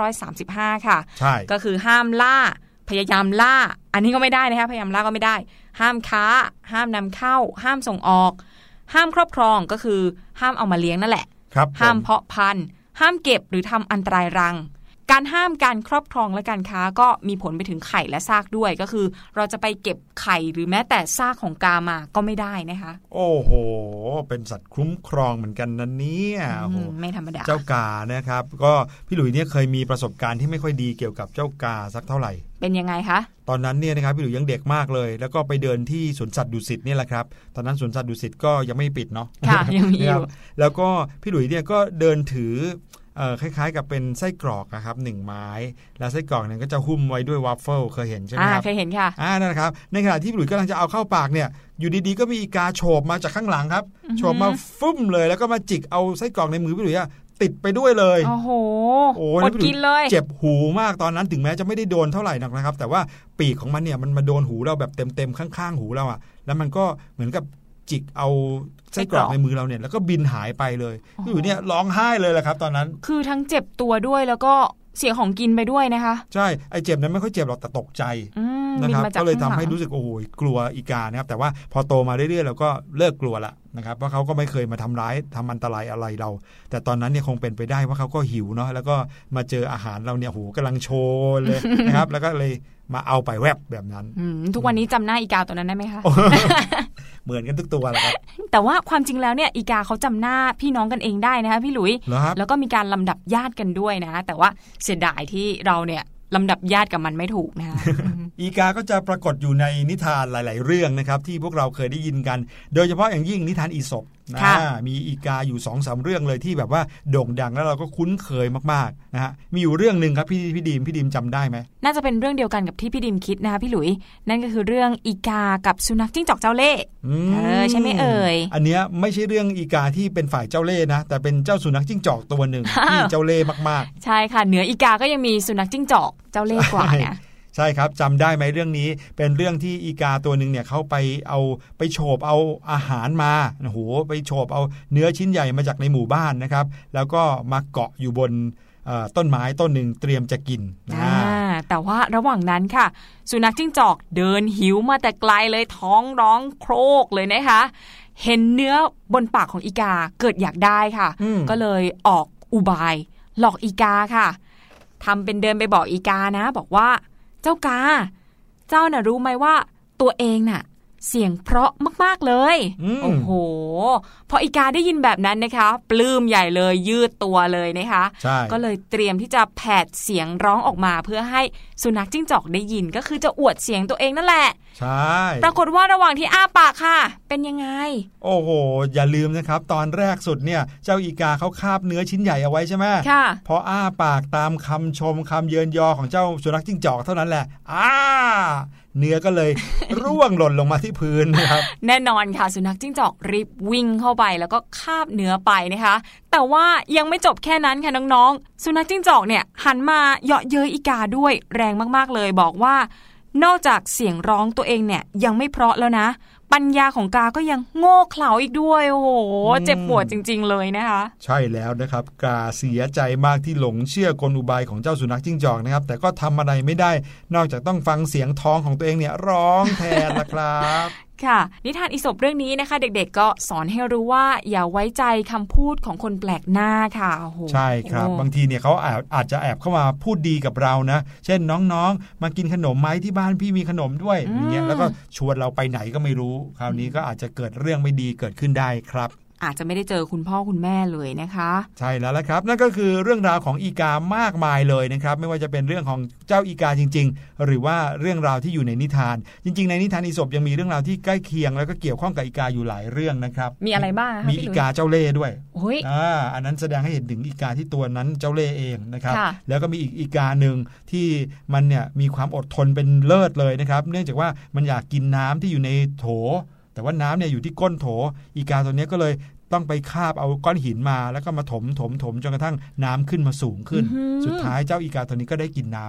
C: 2535 ค่ะก็คือห้ามล่าพยายามล่าอันนี้ก็ไม่ได้นะคะพยายามล่าก็ไม่ได้ห้ามค้าห้ามนำเข้าห้ามส่งออกห้ามครอบครองก็คือห้ามเอามาเลี้ยงนั่นแหละห้ามเพาะพันธุ์ห้ามเก็บหรือทำอันตรายรังการห้ามการครอบครองและการค้าก็มีผลไปถึงไข่และซากด้วยก็คือเราจะไปเก็บไข่หรือแม้แต่ซากของกามาก็ไม่ได้นะคะ
A: โอ้โหเป็นสัตว์คุ้มครองเหมือนกันนะเนี่ย
C: ไม่ธรรมดา
A: เจ้ากานะครับก็พี่หลุยเนี่ยเคยมีประสบการณ์ที่ไม่ค่อยดีเกี่ยวกับเจ้ากาสักเท่าไหร่
C: เป็นยังไงคะ
A: ตอนนั้นเนี่ยนะครับพี่หลุยยังเด็กมากเลยแล้วก็ไปเดินที่สวนสัตว์ดุสิตนี่แหละครับตอนนั้นสวนสัตว์ดุสิตก็ยังไม่ปิดเนาะ
C: ค่ะยังมีอยู่
A: แล้วก็พี่หลุยเนี่ยก็เดินถือคล้ายๆกับเป็นไส้กรอกนะครับ1ไม้แล้วไส้กรอกนั้นก็จะหุ้มไว้ด้วยวาฟเฟิลเคยเห็นใช่ไหมครับ
C: เคยเห็นค่ะ
A: นั่นนะครับในขณะที่พี่หลุยกำลังจะเอาเข้าปากเนี่ยอยู่ดีๆก็มีอีกาโฉบมาจากข้างหลังครับโฉบมาฟึ่มเลยแล้วก็มาจิกเอาไส้กรอกในมือพี่หลุยติดไปด้วยเลย
C: โอ้โหอดกินเลย
A: เจ็บหูมากตอนนั้นถึงแม้จะไม่ได้โดนเท่าไหร่นักนะครับแต่ว่าปีกของมันเนี่ยมันมาโดนหูเราแบบเต็มๆข้างๆหูเราแล้วมันก็เหมือนกับจิกเอาไส้กรอกในมือเราเนี่ยแล้วก็บินหายไปเลยอยู่เนี่ยร้องไห้เลยแหละครับตอนนั้น
C: คือทั้งเจ็บตัวด้วยแล้วก็เสียของกินไปด้วยนะคะ
A: ใช่ไอ้เจ็บนั้นไม่ค่อยเจ็บหรอกแต่ตกใจนะครับก็เลยทำให้รู้สึกโอ้โหกลัวอีกานะครับแต่ว่าพอโตมาเรื่อยๆเราก็เลิกกลัวละนะครับเพราะเขาก็ไม่เคยมาทำร้ายทำอันตรายอะไรเราแต่ตอนนั้นเนี่ยคงเป็นไปได้ว่าเขาก็หิวเนาะแล้วก็มาเจออาหารเราเนี่ยโหกำลังโชว์เลยนะครับแล้วก็เลยมาเอาไปแวบแบบนั้น
C: ทุกวันนี้จำหน้าอีกาตัวนั้นได้ไหมคะ
A: เหมือนกันทุกตัวแหละครับ
C: แต่ว่าความจริงแล้วเนี่ยอีกาเขาจำหน้าพี่น้องกันเองได้นะคะพี่หลุยแล้วก็มีการลำดับญาติกันด้วยนะแต่ว่าเสียดายที่เราเนี่ยลำดับญาติกับมันไม่ถูกนะคะ
A: อีกาก็จะปรากฏอยู่ในนิทานหลายๆเรื่องนะครับที่พวกเราเคยได้ยินกันโดยเฉพาะอย่างยิ่งนิทานอีสปมีอีกาอยู่ 2-3 เรื่องเลยที่แบบว่าโด่งดังแล้วเราก็คุ้นเคยมากๆนะฮะมีอยู่เรื่องนึงครับพี่ดิมจำได้ไหม
C: น่าจะเป็นเรื่องเดียวกันกับที่พี่ดิมคิดนะคะพี่หลุยนั่นก็คือเรื่องอีกากับสุนัขจิ้งจอกเจ้าเล่ห์ใช่ไหมเอ่ย
A: อันเนี้ยไม่ใช่เรื่องอีกาที่เป็นฝ่ายเจ้าเล่ห์นะแต่เป็นเจ้าสุนัขจิ้งจอกตัวหนึ่งที่เจ้าเล่ห์มาก
C: ๆใช่ค่ะเหนืออีกาก็ยังมีสุนัขจิ้งจอกเจ้าเล่ห์กว่าเนี่ย
A: ใช่ครับจำได้ไหมเรื่องนี้เป็นเรื่องที่อีกาตัวหนึ่งเนี่ยเขาไปโฉบเอาอาหารมาโอ้โหไปโฉบเอาเนื้อชิ้นใหญ่มาจากในหมู่บ้านนะครับแล้วก็มาเกาะอยู่บนต้นไม้ต้นหนึ่งเตรียมจะกิน
C: แต่ว่าระหว่างนั้นค่ะสุนัขจิ้งจอกเดินหิวมาแต่ไกลเลยท้องร้องโครกเลยนะคะเห็นเนื้อบนปากของอีกาเกิดอยากได้ค่ะก็เลยออกอุบายหลอกอีกาค่ะทำเป็นเดินไปบอกอีกานะบอกว่าเจ้ากาเจ้าน่ะรู้ไหมว่าตัวเองน่ะเสียงเพราะมากๆเลยโอ้โหพออีกาได้ยินแบบนั้นนะคะปลื้มใหญ่เลยยืดตัวเลยนะคะก็เลยเตรียมที่จะแผดเสียงร้องออกมาเพื่อให้สุนัขจิ้งจอกได้ยินก็คือจะอวดเสียงตัวเองนั่นแหละ
A: ใช่
C: ปรากฏว่าระหว่างที่อ้าปากค่ะเป็นยังไง
A: โอ้โหอย่าลืมนะครับตอนแรกสุดเนี่ยเจ้าอีกาเขาคาบเนื้อชิ้นใหญ่เอาไว้ใช่ไหม
C: ค่ะ
A: พออ้าปากตามคำชมคำเยินยอของเจ้าสุนัขจิ้งจอกเท่านั้นแหละเนื้อก็เลยร่วงหล่นลงมาที่พื้นนะครับ
C: แน่นอนค่ะสุนัขจิ้งจอกรีบวิ่งเข้าไปแล้วก็คาบเนื้อไปนะคะแต่ว่ายังไม่จบแค่นั้นค่ะน้องๆสุนัขจิ้งจอกเนี่ยหันมาเยาะเย้ยอีกาด้วยแรงมากๆเลยบอกว่านอกจากเสียงร้องตัวเองเนี่ยยังไม่เพราะแล้วนะปัญญาของกาก็ยังโง่เขลาอีกด้วยโอ้โหเจ็บปวดจริงๆเลยนะคะ
A: ใช่แล้วนะครับกาเสียใจมากที่หลงเชื่อกลอุบายของเจ้าสุนัขจิ้งจอกนะครับแต่ก็ทำอะไรไม่ได้นอกจากต้องฟังเสียงท้องของตัวเองเนี่ยร้องแทนละครับ
C: ค่ะนิทานอีสปเรื่องนี้นะคะเด็กๆก็สอนให้รู้ว่าอย่าไว้ใจคำพูดของคนแปลกหน้าค่ะโอ้โห
A: ใช่ครับบางทีเนี่ยเขาอาจจะแอบเข้ามาพูดดีกับเรานะเช่นน้องๆมากินขนมไหมที่บ้านพี่มีขนมด้วยอย่างเงี้ยแล้วก็ชวนเราไปไหนก็ไม่รู้คราวนี้ก็อาจจะเกิดเรื่องไม่ดีเกิดขึ้นได้ครับ
C: อาจจะไม่ได้เจอคุณพ่อคุณแม่เลยนะคะ
A: ใช่แล้วละครับนั่นก็คือเรื่องราวของอีกามากมายเลยนะครับไม่ว่าจะเป็นเรื่องของเจ้าอีกาจริงๆหรือว่าเรื่องราวที่อยู่ในนิทานจริงๆในนิทานอีสปยังมีเรื่องราวที่ใกล้เคียงแล้วก็เกี่ยวข้องกับอีกาอยู่หลายเรื่องนะครับ
C: มีอะไรบ้างคะ
A: มีอีกาเจ้าเล่ห์ด้วย
C: อั
A: นนั้นแสดงให้เห็นถึงอีกาที่ตัวนั้นเจ้าเล่ห์เองนะครับแล้วก็มีอีกาหนึ่งที่มันเนี่ยมีความอดทนเป็นเลิศเลยนะครับเนื่องจากว่ามันอยากกินน้ำที่อยู่ในโถแต่ว่าน้ำเนี่ยอยู่ที่ก้นโถอีกาตัวนี้ก็เลยต้องไปคาบเอาก้อนหินมาแล้วก็มาถมจนกระทั่งน้ำขึ้นมาสูงขึ้นสุดท้ายเจ้าอีกาตัวนี้ก็ได้กินน้ำ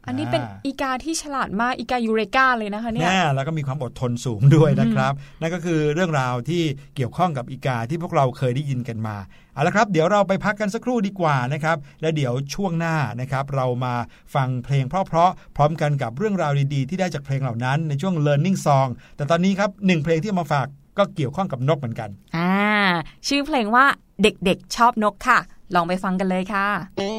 C: อันนี้เป็นอีกาที่ฉลาดมากอีกายูเรกาเลยนะคะเนี่ย
A: แล้วก็มีความอดทนสูงด้วยนะครับนั่นก็คือเรื่องราวที่เกี่ยวข้องกับอีกาที่พวกเราเคยได้ยินกันมาเอาละครับเดี๋ยวเราไปพักกันสักครู่ดีกว่านะครับและเดี๋ยวช่วงหน้านะครับเรามาฟังเพลงเพราะๆพร้อมกันกับเรื่องราวดีๆที่ได้จากเพลงเหล่านั้นในช่วง Learning Song แต่ตอนนี้ครับ1เพลงที่มาฝากก็เกี่ยวข้องกับนกเหมือนกัน
C: ชื่อเพลงว่าเด็กๆชอบนกค่ะลองไปฟังกันเลยค่ะ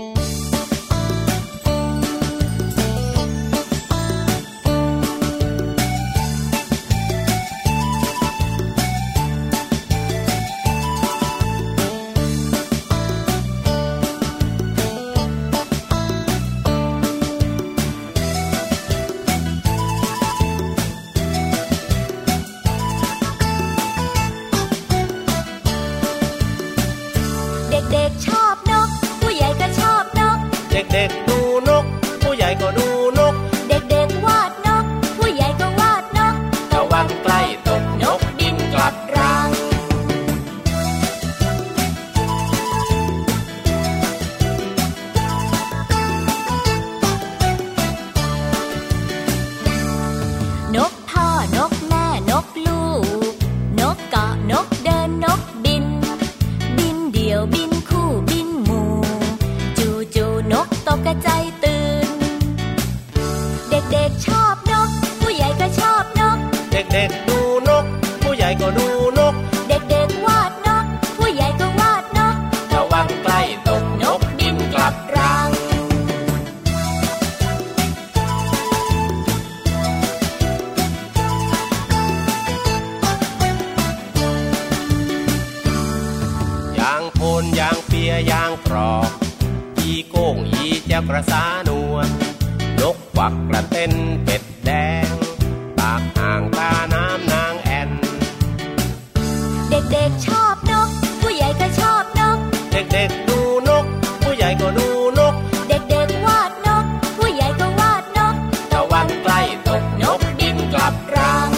D: กระสานวลนกควักกระเต้นเป็ดแดงปากห่างตาน้ำนางแอ่น
B: เด็กๆชอบนกผู้ใหญ่ก็ชอบนก
D: เด็กๆดูนกผู้ใหญ่ก็ดูนก
B: เด็กๆวาดนกผู้ใหญ่ก็วาดนก
D: ตะวันใกล้ตกนกบินกลับรัง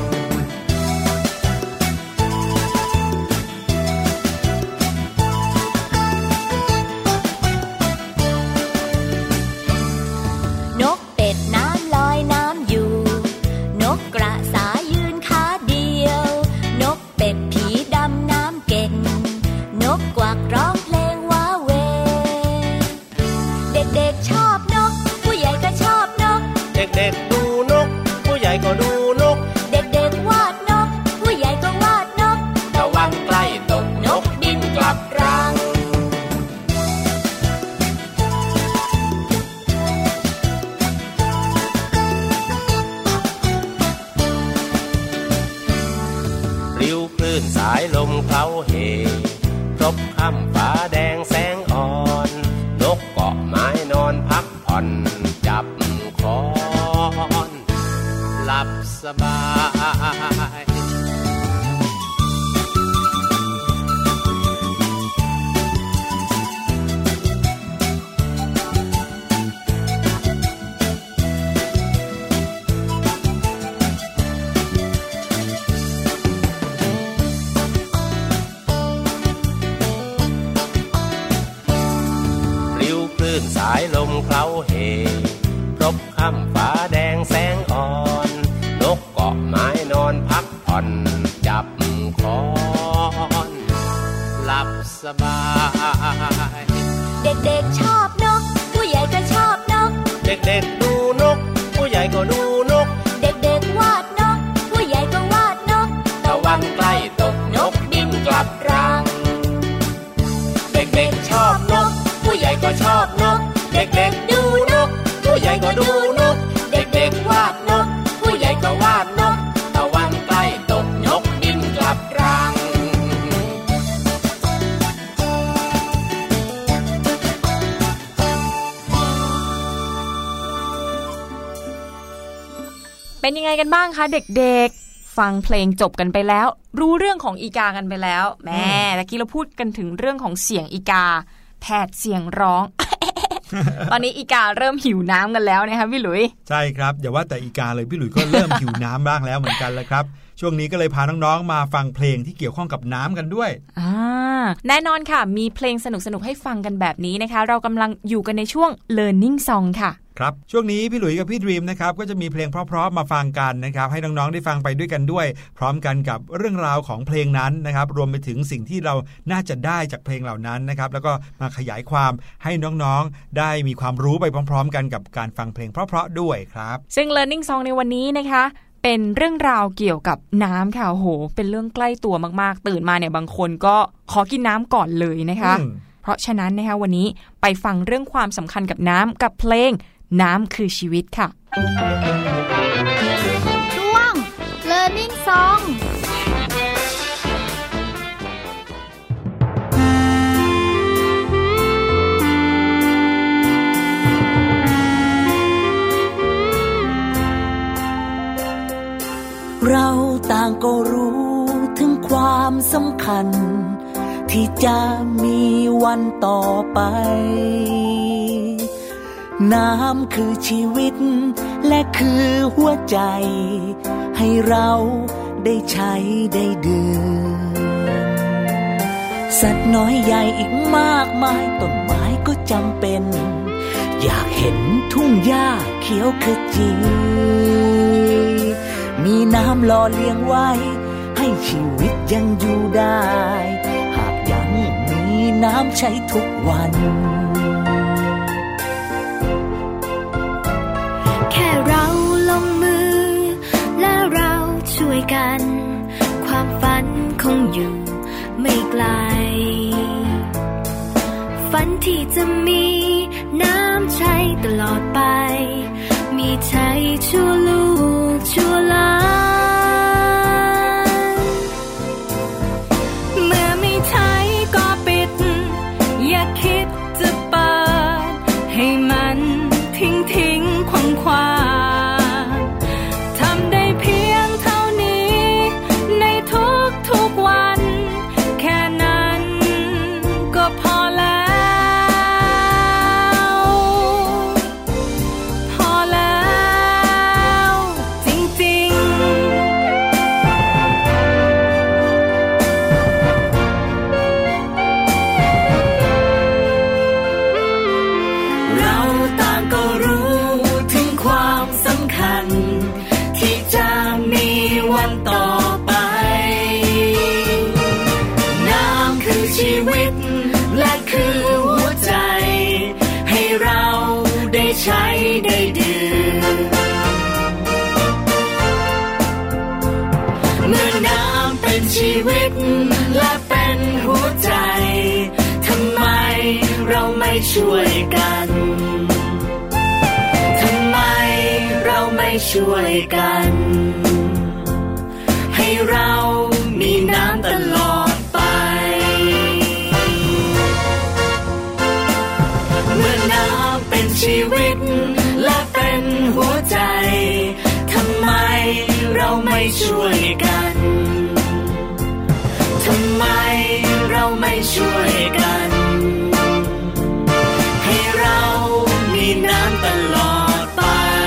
D: สายลมเขาเฮครบค่ำฟ้าแดงแสงอ่อนนกเกาะไม้นอนพักผ่อนจับคอนหลับสบายสายลมเคล้าเฮครบค่ำฟ้าแดงแสงอ่อนนกเกาะไม้นอนพักผ่อนจับคอนหลับสบาย
B: เด็กๆชอบนกผู้ใหญ่ก็ชอบนก
D: เด็กๆดูนกผู้ใหญ่ก็ดูนก
B: เด็กๆวาดนกผู้ใหญ่ก็วาดนก
D: ตะวันใกล้ตกนกบินกลับรังเด็กๆชอบนกผู้ใหญ่ก็ชอบนกเด็กๆดูนกผู้ใหญ่ก็ดูนกเด็กๆวาดนกผู้ใหญ่ก็วาดนกตะวันใกล้ตกนกบินกลับรัง
C: เป็นยังไงกันบ้างคะเด็กๆฟังเพลงจบกันไปแล้วรู้เรื่องของอีกากันไปแล้วแม่ตะกี้เราพูดกันถึงเรื่องของเสียงอีกาแผดเสียงร้อง ตอนนี้อีกาเริ่มหิวน้ำกันแล้วนะคะพี่หลุย
A: ใช่ครับอย่าว่าแต่อีกาเลยพี่หลุยก็เริ่มหิวน้ำบ้างแล้วเหมือนกันเลยครับช่วงนี้ก็เลยพาน้องๆมาฟังเพลงที่เกี่ยวข้องกับน้ำกันด้วย
C: แน่นอนค่ะมีเพลงสนุกๆให้ฟังกันแบบนี้นะคะเรากำลังอยู่กันในช่วง Learning Song ค่ะ
A: ครับช่วงนี้พี่หลุยส์กับพี่ดรีมนะครับก็จะมีเพลงเพราะๆมาฟังกันนะครับให้น้องๆได้ฟังไปด้วยกันด้วยพร้อมกันกับเรื่องราวของเพลงนั้นนะครับรวมไปถึงสิ่งที่เราน่าจะได้จากเพลงเหล่านั้นนะครับแล้วก็มาขยายความให้น้องๆได้มีความรู้ไปพร้อมๆกันกับการฟังเพลงเพราะๆด้วยครับ
C: ซึ่ง Learning Song ในวันนี้นะคะเป็นเรื่องราวเกี่ยวกับน้ำค่ะโอ้โหเป็นเรื่องใกล้ตัวมากๆตื่นมาเนี่ยบางคนก็ขอกินน้ำก่อนเลยนะคะเพราะฉะนั้นนะคะวันนี้ไปฟังเรื่องความสำคัญกับน้ำกับเพลงน้ำคือชีวิตค่ะ
B: ช่วง Learning Song
E: เราต่างก็รู้ถึงความสำคัญที่จะมีวันต่อไปน้ำคือชีวิตและคือหัวใจให้เราได้ใช้ได้ดื่มสัตว์น้อยใหญ่อีกมากมายต้นไม้ก็จำเป็นอยากเห็นทุ่งหญ้าเขียวขจีมีน้ำหล่อเลี้ยงไว้ให้ชีวิตยังอยู่ได้หากยังมีน้ำใช้ทุกวัน
F: แค่เราลงมือและเราช่วยกันความฝันคงอยู่ไม่ไกลฝันที่จะมีน้ำใช้ตลอดไปมีใช้ชั่วลูกชั่วหลานเมื่อไม่ใช้ก็ปิดอย่าคิดจะเปิดให้มันทิ้งขวางทำได้เพียงเท่านี้ในทุกวันแค่นั้นก็พอแล้วพอแล้วจริงๆเราต่างก็รู้ถึงความสำคัญที่จะมีวันต่อไปน้ำคือชีวิตและคือหัวใจให้เราได้ใช้ได้ดื่มเมื่อน้ำเป็นชีวิตและเป็นหัวใจทำไมเราไม่ช่วยกันทำไมเราไม่ช่วยกันให้เรามีน้ำตลอดไปเมื่อน้ำเป็นชีวิตและเป็นหัวใจทำไมเราไม่ช่วยกันทำไมเราไม่ช่วยกันให้เรามีน้ำตลอดไป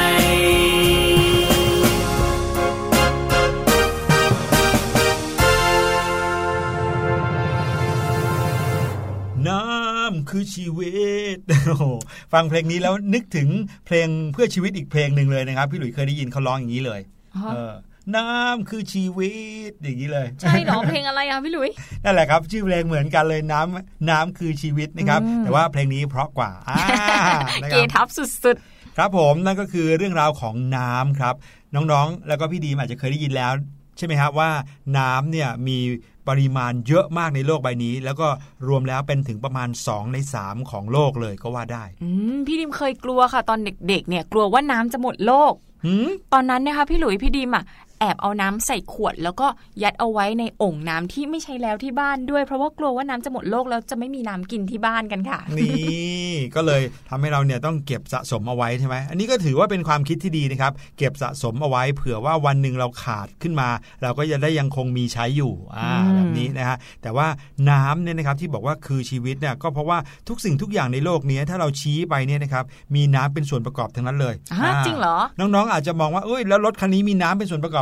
A: น้ำคือชีวิต ฟังเพลงนี้แล้วนึกถึงเพลงเพื่อชีวิตอีกเพลงหนึ่งเลยนะครับพี่หลุยเคยได้ยินเขาร้องอย่างนี้เลยน้ำคือชีวิตอย่างนี้เลย
C: ใช่หรอเพลงอะไรอ่ะพี่หลุย
A: นั่นแหละครับชื่อเพลงเหมือนกันเลยน้ำคือชีวิตนะครับแต่ว่าเพลงนี้เพราะกว่า
C: เกทับสุด
A: ๆครับผมนั่นก็คือเรื่องราวของน้ำครับน้องๆแล้วก็พี่ดีมอาจจะเคยได้ยินแล้วใช่ไหมครับว่าน้ำเนี่ยมีปริมาณเยอะมากในโลกใบนี้แล้วก็รวมแล้วเป็นถึงประมาณ2 ใน 3ของโลกเลยก็ว่าได้
C: พี่ดิมเคยกลัวค่ะตอนเด็กๆเนี่ยกลัวว่าน้ำจะหมดโลกตอนนั้นนะคะพี่หลุยพี่ดิมอ่ะแอบเอาน้ำใส่ขวดแล้วก็ยัดเอาไว้ในโอ่งน้ำที่ไม่ใช้แล้วที่บ้านด้วยเพราะว่ากลัวว่าน้ำจะหมดโลกแล้วจะไม่มีน้ำกินที่บ้านกันค่ะ
A: นี่ก็เลยทำให้เราเนี่ยต้องเก็บสะสมเอาไว้ใช่ไหมอันนี้ก็ถือว่าเป็นความคิดที่ดีนะครับเก็บสะสมเอาไว้เผื่อว่าวันหนึ่งเราขาดขึ้นมาเราก็จะได้ยังคงมีใช้อยู่แบบนี้นะฮะแต่ว่าน้ำเนี่ยนะครับที่บอกว่าคือชีวิตเนี่ยก็เพราะว่าทุกสิ่งทุกอย่างในโลกนี้ถ้าเราชี้ไปเนี่ยนะครับมีน้ำเป็นส่วนประกอบทั้งนั้นเลย
C: จริงเหรอ
A: น้องๆอาจจะมองว่าเอ้ยแล้วรถคันนี้มีน้ำเป็นส่วนประกอบ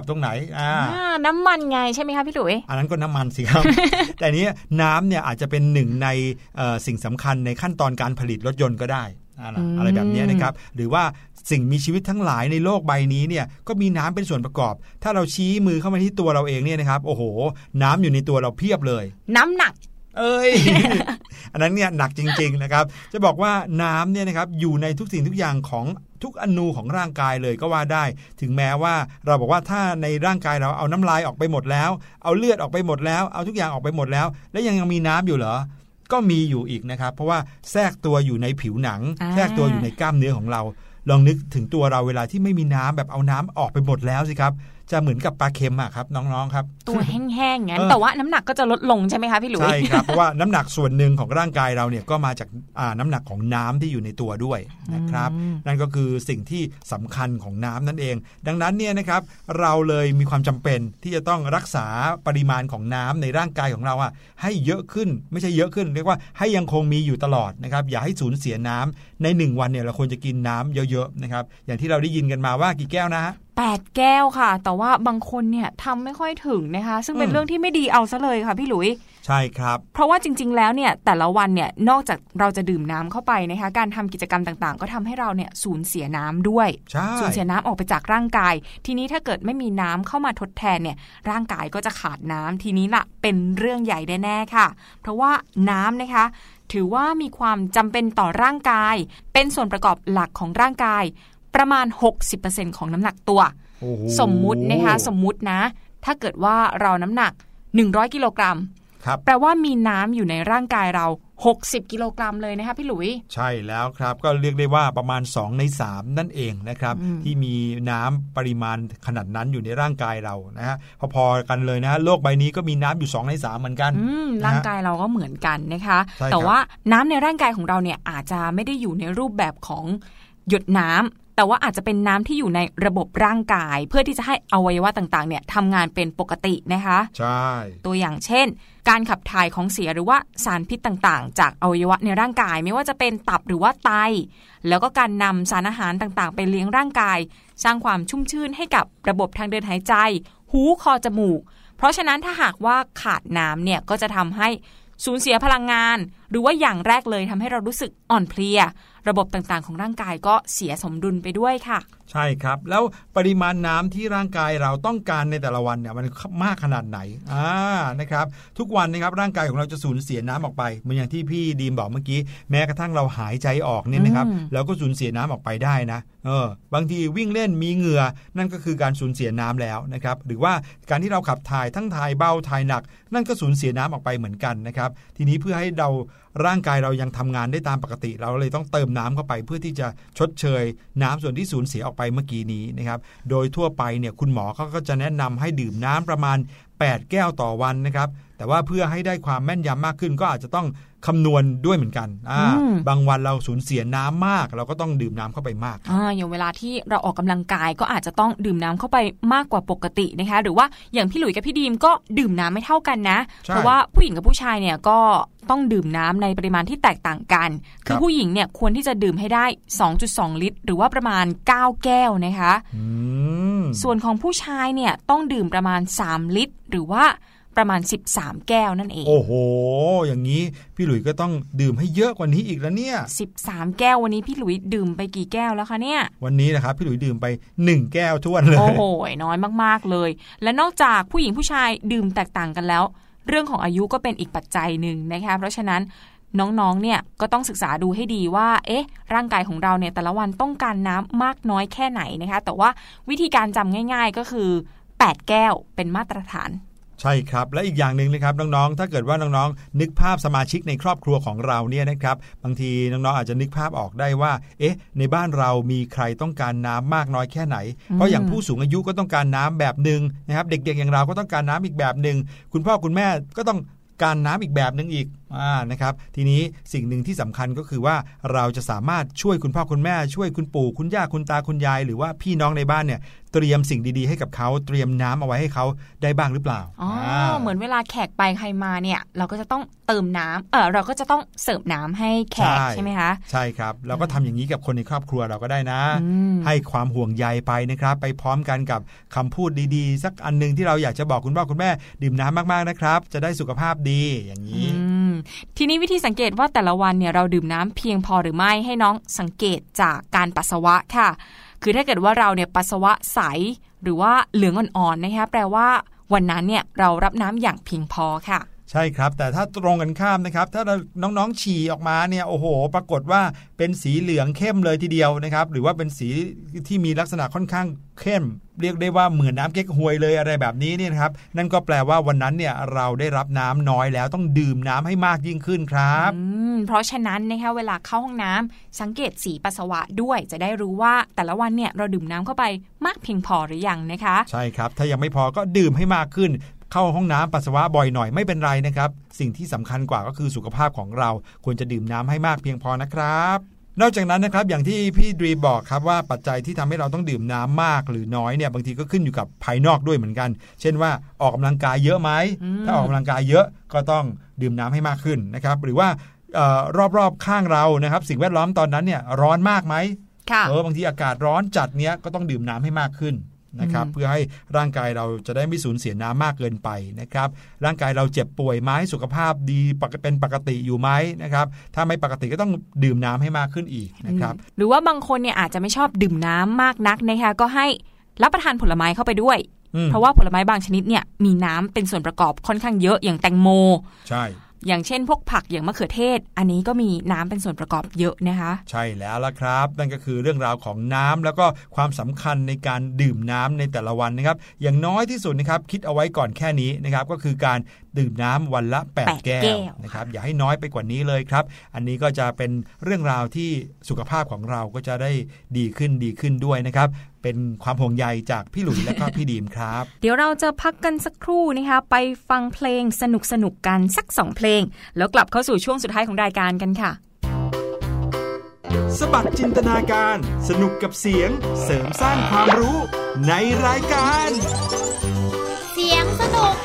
A: ตรงไหน
C: น้ำมันไงใช่ไหมคะพี่หลุย
A: อันนั้นก็น้ำมันสิครับ แต่นี้น้ำเนี่ยอาจจะเป็นหนึ่งในสิ่งสำคัญในขั้นตอนการผลิตรถยนต์ก็ได้อะไรแบบนี้นะครับหรือว่าสิ่งมีชีวิตทั้งหลายในโลกใบนี้เนี่ยก็มีน้ำเป็นส่วนประกอบถ้าเราชี้มือเข้ามาที่ตัวเราเองเนี่ยนะครับโอ้โหน้ำอยู่ในตัวเราเพียบเลย
C: น้ำหนัก
A: อันนั้นเนี่ยหนักจริงๆนะครับจะบอกว่าน้ำเนี่ยนะครับอยู่ในทุกสิ่งทุกอย่างของทุกอนูของร่างกายเลยก็ว่าได้ถึงแม้ว่าเราบอกว่าถ้าในร่างกายเราเอาน้ำลายออกไปหมดแล้วเอาเลือดออกไปหมดแล้วเอาทุกอย่างออกไปหมดแล้วแล้วยังมีน้ำอยู่เหรอก็มีอยู่อีกนะครับเพราะว่าแทรกตัวอยู่ในผิวหนังแทรกตัวอยู่ในกล้ามเนื้อของเราลองนึกถึงตัวเราเวลาที่ไม่มีน้ำแบบเอาน้ำออกไปหมดแล้วสิครับจะเหมือนกับปลาเค็มอะครับน้องๆครับ
C: ตัวแห้งๆงั้นแต่ว่าน้ำหนักก็จะลดลงใช่ไหมคะพี่หลุย
A: ใช่ครับเพราะว่าน้ำหนักส่วนหนึ่งของร่างกายเราเนี่ยก็มาจากน้ำหนักของน้ำที่อยู่ในตัวด้วยนะครับนั่นก็คือสิ่งที่สำคัญของน้ำนั่นเองดังนั้นเนี่ยนะครับเราเลยมีความจำเป็นที่จะต้องรักษาปริมาณของน้ำในร่างกายของเราให้เยอะขึ้นไม่ใช่เยอะขึ้นเรียกว่าให้ยังคงมีอยู่ตลอดนะครับอย่าให้สูญเสียน้ำใน1วันเนี่ยเราควรจะกินน้ำเยอะๆนะครับอย่างที่เราได้ยินกันมาว่ากี่แก้วนะ
C: 8 แก้วค่ะแต่ว่าบางคนเนี่ยทำไม่ค่อยถึงนะคะซึ่งเป็นเรื่องที่ไม่ดีเอาซะเลยค่ะพี่หลุย
A: ใช่ครับ
C: เพราะว่าจริงๆแล้วเนี่ยแต่ละวันเนี่ยนอกจากเราจะดื่มน้ำเข้าไปนะคะการทำกิจกรรมต่างๆก็ทำให้เราเนี่ยสูญเสียน้ำด้วยสูญเสียน้ำออกไปจากร่างกายทีนี้ถ้าเกิดไม่มีน้ำเข้ามาทดแทนเนี่ยร่างกายก็จะขาดน้ำทีนี้ล่ะเป็นเรื่องใหญ่แน่ๆค่ะเพราะว่าน้ำนะคะถือว่ามีความจำเป็นต่อร่างกายเป็นส่วนประกอบหลักของร่างกายประมาณ 60% ของน้ำหนักตัวสมมุตินะคะสมมุตินะถ้าเกิดว่าเราน้ำหนัก100 กิโลกรัมแปลว่ามีน้ำอยู่ในร่างกายเรา60 กิโลกรัมเลยนะคะพี่หลุย
A: ใช่แล้วครับก็เรียกได้ว่าประมาณ2 ใน 3นั่นเองนะครับที่มีน้ำปริมาณขนาดนั้นอยู่ในร่างกายเรานะฮะพอๆกันเลยนะโลกใบนี้ก็มีน้ำอยู่2 ใน 3เหมือนกัน
C: ร่างกายเราก็เหมือนกันนะคะแต่ว่าน้ำในร่างกายของเราเนี่ยอาจจะไม่ได้อยู่ในรูปแบบของหยดน้ำแต่ว่าอาจจะเป็นน้ำที่อยู่ในระบบร่างกายเพื่อที่จะให้อวัยวะต่างๆเนี่ยทำงานเป็นปกตินะคะ
A: ใช่
C: ตัวอย่างเช่นการขับถ่ายของเสียหรือว่าสารพิษต่างๆจากอวัยวะในร่างกายไม่ว่าจะเป็นตับหรือว่าไตแล้วก็การนำสารอาหารต่างๆไปเลี้ยงร่างกายสร้างความชุ่มชื่นให้กับระบบทางเดินหายใจหูคอจมูกเพราะฉะนั้นถ้าหากว่าขาดน้ำเนี่ยก็จะทำให้สูญเสียพลังงานหรือว่าอย่างแรกเลยทำให้เรารู้สึกอ่อนเพลียระบบต่างๆของร่างกายก็เสียสมดุลไปด้วยค่ะ
A: ใช่ครับแล้วปริมาณน้ำที่ร่างกายเราต้องการในแต่ละวันเนี่ยมันมากขนาดไหนนะครับทุกวันนะครับร่างกายของเราจะสูญเสียน้ำออกไปเหมือนอย่างที่พี่ดีมบอกเมื่อกี้แม้กระทั่งเราหายใจออกเนี่ยนะครับแล้วก็สูญเสียน้ำออกไปได้นะบางทีวิ่งเล่นมีเหงื่อนั่นก็คือการสูญเสียน้ำแล้วนะครับหรือว่าการที่เราขับถ่ายทั้งถ่ายเบาถ่ายหนักนั่นก็สูญเสียน้ำออกไปเหมือนกันนะครับทีนี้เพื่อให้ร่างกายเรายังทำงานได้ตามปกติเราเลยต้องเติมน้ำเข้าไปเพื่อที่จะชดเชยน้ำส่วนที่สูญเสียออกไปเมื่อกี้นี้นะครับโดยทั่วไปเนี่ยคุณหมอเขาก็จะแนะนำให้ดื่มน้ำประมาณ8 แก้วต่อวันนะครับแต่ว่าเพื่อให้ได้ความแม่นยำมากขึ้นก็อาจจะต้องคำนวณด้วยเหมือนกันบางวันเราสูญเสียน้ำมากเราก็ต้องดื่มน้ำเข้าไปมาก
C: อย่างเวลาที่เราออกกำลังกายก็อาจจะต้องดื่มน้ำเข้าไปมากกว่าปกตินะคะหรือว่าอย่างพี่หลุยกับพี่ดีมก็ดื่มน้ำไม่เท่ากันนะเพราะว่าผู้หญิงกับผู้ชายเนี่ยก็ต้องดื่มน้ำในปริมาณที่แตกต่างกันคือผู้หญิงเนี่ยควรที่จะดื่มให้ได้ 2.2 ลิตรหรือว่าประมาณ9 แก้วนะคะส่วนของผู้ชายเนี่ยต้องดื่มประมาณ3 ลิตรหรือว่าประมาณ13 แก้วนั่นเอง
A: โอ้โหอย่างนี้พี่หลุยก็ต้องดื่มให้เยอะกว่านี้อีกแล้วเนี่ย
C: 13 แก้ววันนี้พี่หลุยดื่มไปกี่แก้วแล้วคะเนี่ย
A: วันนี้นะครับพี่หลุยดื่มไป1 แก้วท้วนเลย
C: โอ้โหน้อยมากๆเลยและนอกจากผู้หญิงผู้ชายดื่มแตกต่างกันแล้วเรื่องของอายุก็เป็นอีกปัจจัยหนึ่งนะคะเพราะฉะนั้นน้องๆเนี่ยก็ต้องศึกษาดูให้ดีว่าร่างกายของเราเนี่ยแต่ละวันต้องการน้ำมากน้อยแค่ไหนนะคะแต่ว่าวิธีการจำง่ายๆก็คือ8 แก้วเป็นมาตรฐาน
A: ใช่ครับและอีกอย่างนึงนะครับน้องๆถ้าเกิดว่าน้องๆนึกภาพสมาชิกในครอบครัวของเราเนี่ยนะครับบางทีน้องๆอาจจะนึกภาพออกได้ว่าในบ้านเรามีใครต้องการน้ำมากน้อยแค่ไหนเพราะอย่างผู้สูงอายุก็ต้องการน้ำแบบนึงนะครับเด็กๆอย่างเราก็ต้องการน้ำอีกแบบนึงคุณพ่อคุณแม่ก็ต้องการน้ำอีกแบบนึงอีกนะครับทีนี้สิ่งหนึ่งที่สำคัญก็คือว่าเราจะสามารถช่วยคุณพ่อคุณแม่ช่วยคุณปู่คุณย่าคุณตาคุณยายหรือว่าพี่น้องในบ้านเนี่ยเตรียมสิ่งดีๆให้กับเขาเตรียมน้ำเอาไว้ให้เขาได้บ้างหรือเปล่า
C: เหมือนเวลาแขกไปใครมาเนี่ยเราก็จะต้องเติมน้ำเราก็จะต้องเสิร์ฟน้ำให้แขกใช่ไหมคะ
A: ใช่ครับเราก็ทำอย่างนี้กับคนในครอบครัวเราก็ได้นะให้ความห่วงใยไปนะครับไปพร้อมกันกับคำพูดดีๆสักอันนึงที่เราอยากจะบอกคุณพ่อคุณแม่ดื่มน้ำมากๆนะครับจะได้สุขภาพดีอย่างนี้
C: ทีนี้วิธีสังเกตว่าแต่ละวันเนี่ยเราดื่มน้ำเพียงพอหรือไม่ให้น้องสังเกตจากการปัสสาวะค่ะคือถ้าเกิดว่าเราเนี่ยปัสสาวะใสหรือว่าเหลืองอ่อนๆนะคะแปลว่าวันนั้นเนี่ยเรารับน้ำอย่างเพียงพอค่ะ
A: ใช่ครับแต่ถ้าตรงกันข้ามนะครับถ้าน้องๆฉี่ออกมาเนี่ยโอ้โหปรากฏว่าเป็นสีเหลืองเข้มเลยทีเดียวนะครับหรือว่าเป็นสีที่มีลักษณะค่อนข้างเข้มเรียกได้ว่าเหมือนน้ำเก๊กฮวยเลยอะไรแบบนี้เนี่ยนะครับนั่นก็แปลว่าวันนั้นเนี่ยเราได้รับน้ำน้อยแล้วต้องดื่มน้ำให้มากยิ่งขึ้นครับ
C: เพราะฉะนั้นนะคะเวลาเข้าห้องน้ำสังเกตสีปัสสาวะด้วยจะได้รู้ว่าแต่ละวันเนี่ยเราดื่มน้ำเข้าไปมากเพียงพอหรือยังนะคะ
A: ใช่ครับถ้ายังไม่พอก็ดื่มให้มากขึ้นเข้าห้องน้ำปัสสาวะบ่อยหน่อยไม่เป็นไรนะครับสิ่งที่สำคัญกว่าก็คือสุขภาพของเราควรจะดื่มน้ำให้มากเพียงพอนะครับนอกจากนั้นนะครับอย่างที่พี่ดรีบอกครับว่าปัจจัยที่ทำให้เราต้องดื่มน้ำมากหรือน้อยเนี่ยบางทีก็ขึ้นอยู่กับภายนอกด้วยเหมือนกันเช่นว่าออกกำลังกายเยอะไหมถ้าออกกำลังกายเยอะก็ต้องดื่มน้ำให้มากขึ้นนะครับหรือว่ารอบๆข้างเรานะครับสิ่งแวดล้อมตอนนั้นเนี่ยร้อนมากไหมบางทีอากาศร้อนจัดเนี้ยก็ต้องดื่มน้ำให้มากขึ้นนะครับเพื่อให้ร่างกายเราจะได้ไม่สูญเสียน้ำมากเกินไปนะครับร่างกายเราเจ็บป่วยไหมสุขภาพดีเป็นปกติอยู่ไหมนะครับถ้าไม่ปกติก็ต้องดื่มน้ำให้มากขึ้นอีกนะครับ
C: หรือว่าบางคนเนี่ยอาจจะไม่ชอบดื่มน้ำมากนักนะคะก็ให้รับประทานผลไม้เข้าไปด้วยเพราะว่าผลไม้บางชนิดเนี่ยมีน้ำเป็นส่วนประกอบค่อนข้างเยอะอย่างแตงโม
A: ใช่
C: อย่างเช่นพวกผักอย่างมะเขือเทศอันนี้ก็มีน้ำเป็นส่วนประกอบเยอะนะคะ
A: ใช่แล้วล่ะครับนั่นก็คือเรื่องราวของน้ำแล้วก็ความสำคัญในการดื่มน้ำในแต่ละวันนะครับอย่างน้อยที่สุดนะครับคิดเอาไว้ก่อนแค่นี้นะครับก็คือการดื่มน้ำวันละ8 แก้วนะครับอย่าให้น้อยไปกว่านี้เลยครับอันนี้ก็จะเป็นเรื่องราวที่สุขภาพของเราก็จะได้ดีขึ้นด้วยนะครับเป็นความห่วงใยจากพี่หลุยและก็พี่ดีมครับ
C: เดี๋ยวเราจะพักกันสักครู่นะคะไปฟังเพลงสนุกกันสัก2เพลงแล้วกลับเข้าสู่ช่วงสุดท้ายของรายการกันค่ะ
A: สบัดจินตนาการสนุกกับเสียงเสริมสร้างความรู้ในรายการ
B: เสียงสนุก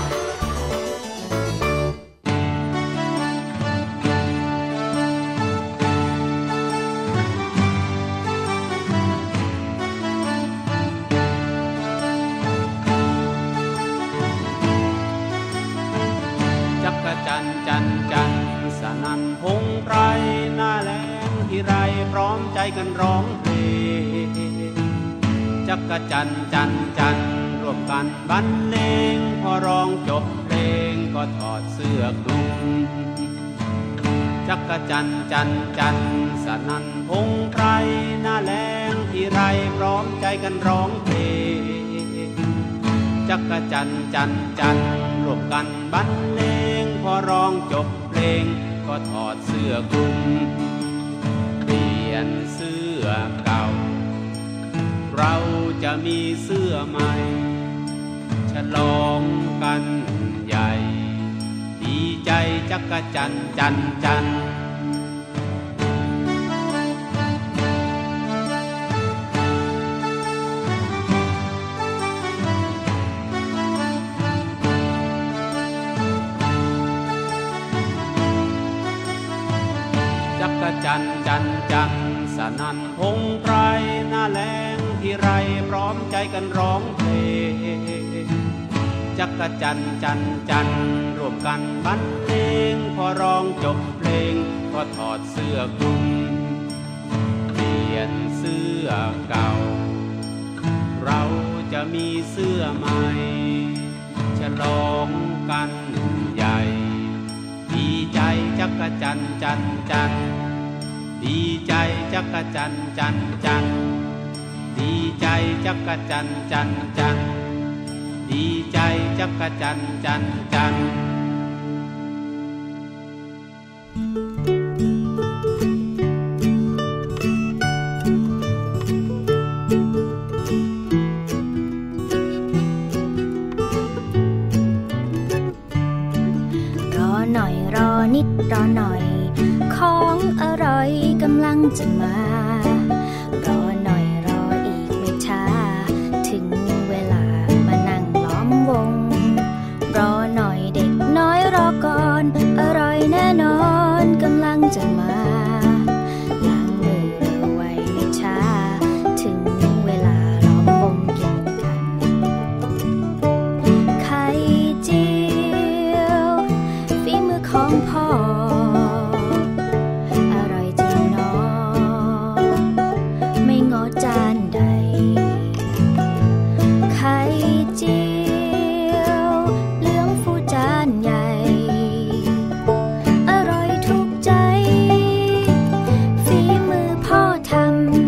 G: จันสนั่นพงไพรหน้าแล้งที่ไรพร้อมใจกันร้องเพลงจักจันร่วมกันบรรเลงพอร้องจบเพลงก็ถอดเสื้อคลุมจักจันสนั่นพงไพรหน้าแล้งที่ไรพร้อมใจกันร้องเพลงจักจันร่วมกันบรรเลงพอร้องจบเพลงก็ถอดเสื้อคลุมเปลี่ยนเสื้อเก่าเราจะมีเสื้อใหม่ฉลองกันใหญ่ดีใจจักจันจันสนั่นพงไพรหน้าแล้งที่ไรพร้อมใจกันร้องเพลงจักจันร่วมกันบรรเลงพอร้องจบเพลงก็ถอดเสื้อคลุมเปลี่ยนเสื้อเก่าเราจะมีเสื้อใหม่ฉลองกันใหญ่ดีใจจักจันดีใจจักจันดีใจจักจันดีใจจักจัน
B: รอหน่อยรอนิดจะมารอหน่อยรออีกไม่ช้าถึงเวลามานั่งล้อมวงรอหน่อยเด็กน้อยรอก่อนอร่อยแน่นอนกำลังจะมาล้างมือเร็วไว้ไม่ช้าถึงเวลาล้อมวงกินกันไข่เจียวฝีมือของพ่ออร่อยจริงเนาะไม่งอจานใดไข่เจียวเหลืองฟูจานใหญ่อร่อยถูกใจฝีมือพ่อทำ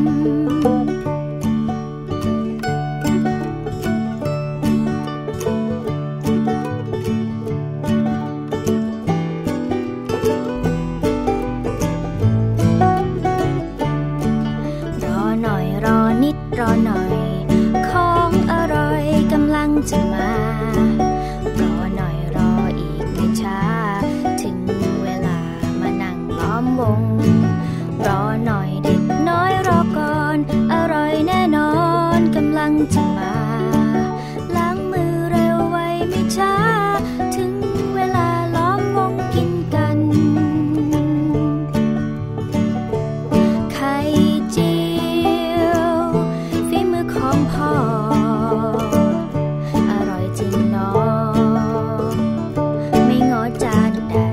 B: รอหน่อยรอนิดรอหน่อยของอร่อยกำลังจะมารอหน่อยรออีกไม่ช้าถึงเวลามานั่งล้อมวงรอหน่อยเด็กน้อยรอก่อนอร่อยแน่นอนกำลังจะมาล้างมือเร็วไว้ไม่ช้าถึงเวลาล้อมวงกินกันไข่เจียวฝีมือของพ่ออร่อยจริงเนาะไม่งอจานใด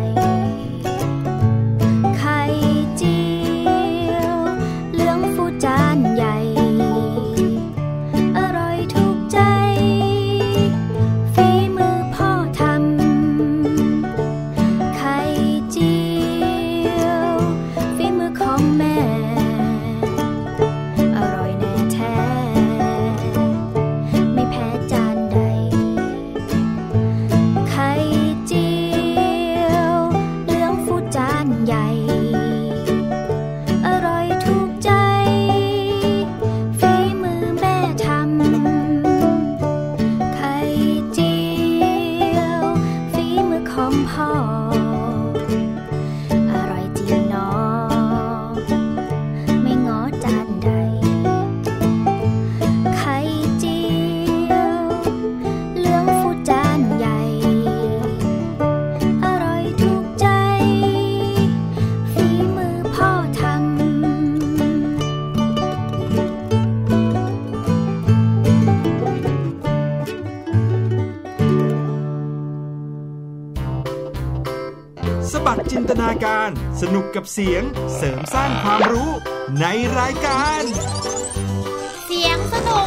B: ไข่เจียวเหลืองฟูจานใหญ่อร่อยถูกใจฝีมือพ่อทำไข่เจียวฝีมือของแม่อร่อยแน่แท้ไม่แพ้จานใดไข่เจียวเหลืองฟูจานใหญ่อร่อยถูกใจฝีมือแม่ทำไข่เจียวฝีมือของพ่ออร่อยจริงเนาะไม่งอจานใดไข่เจียวเหลืองฟูจานใหญ่อร่อยถูกใจฝีมือพ่อทำ
A: สบัดจินตนาการสนุกกับเสียงเสริมสร้างความรู้ในรายการ
B: เสียงสนุก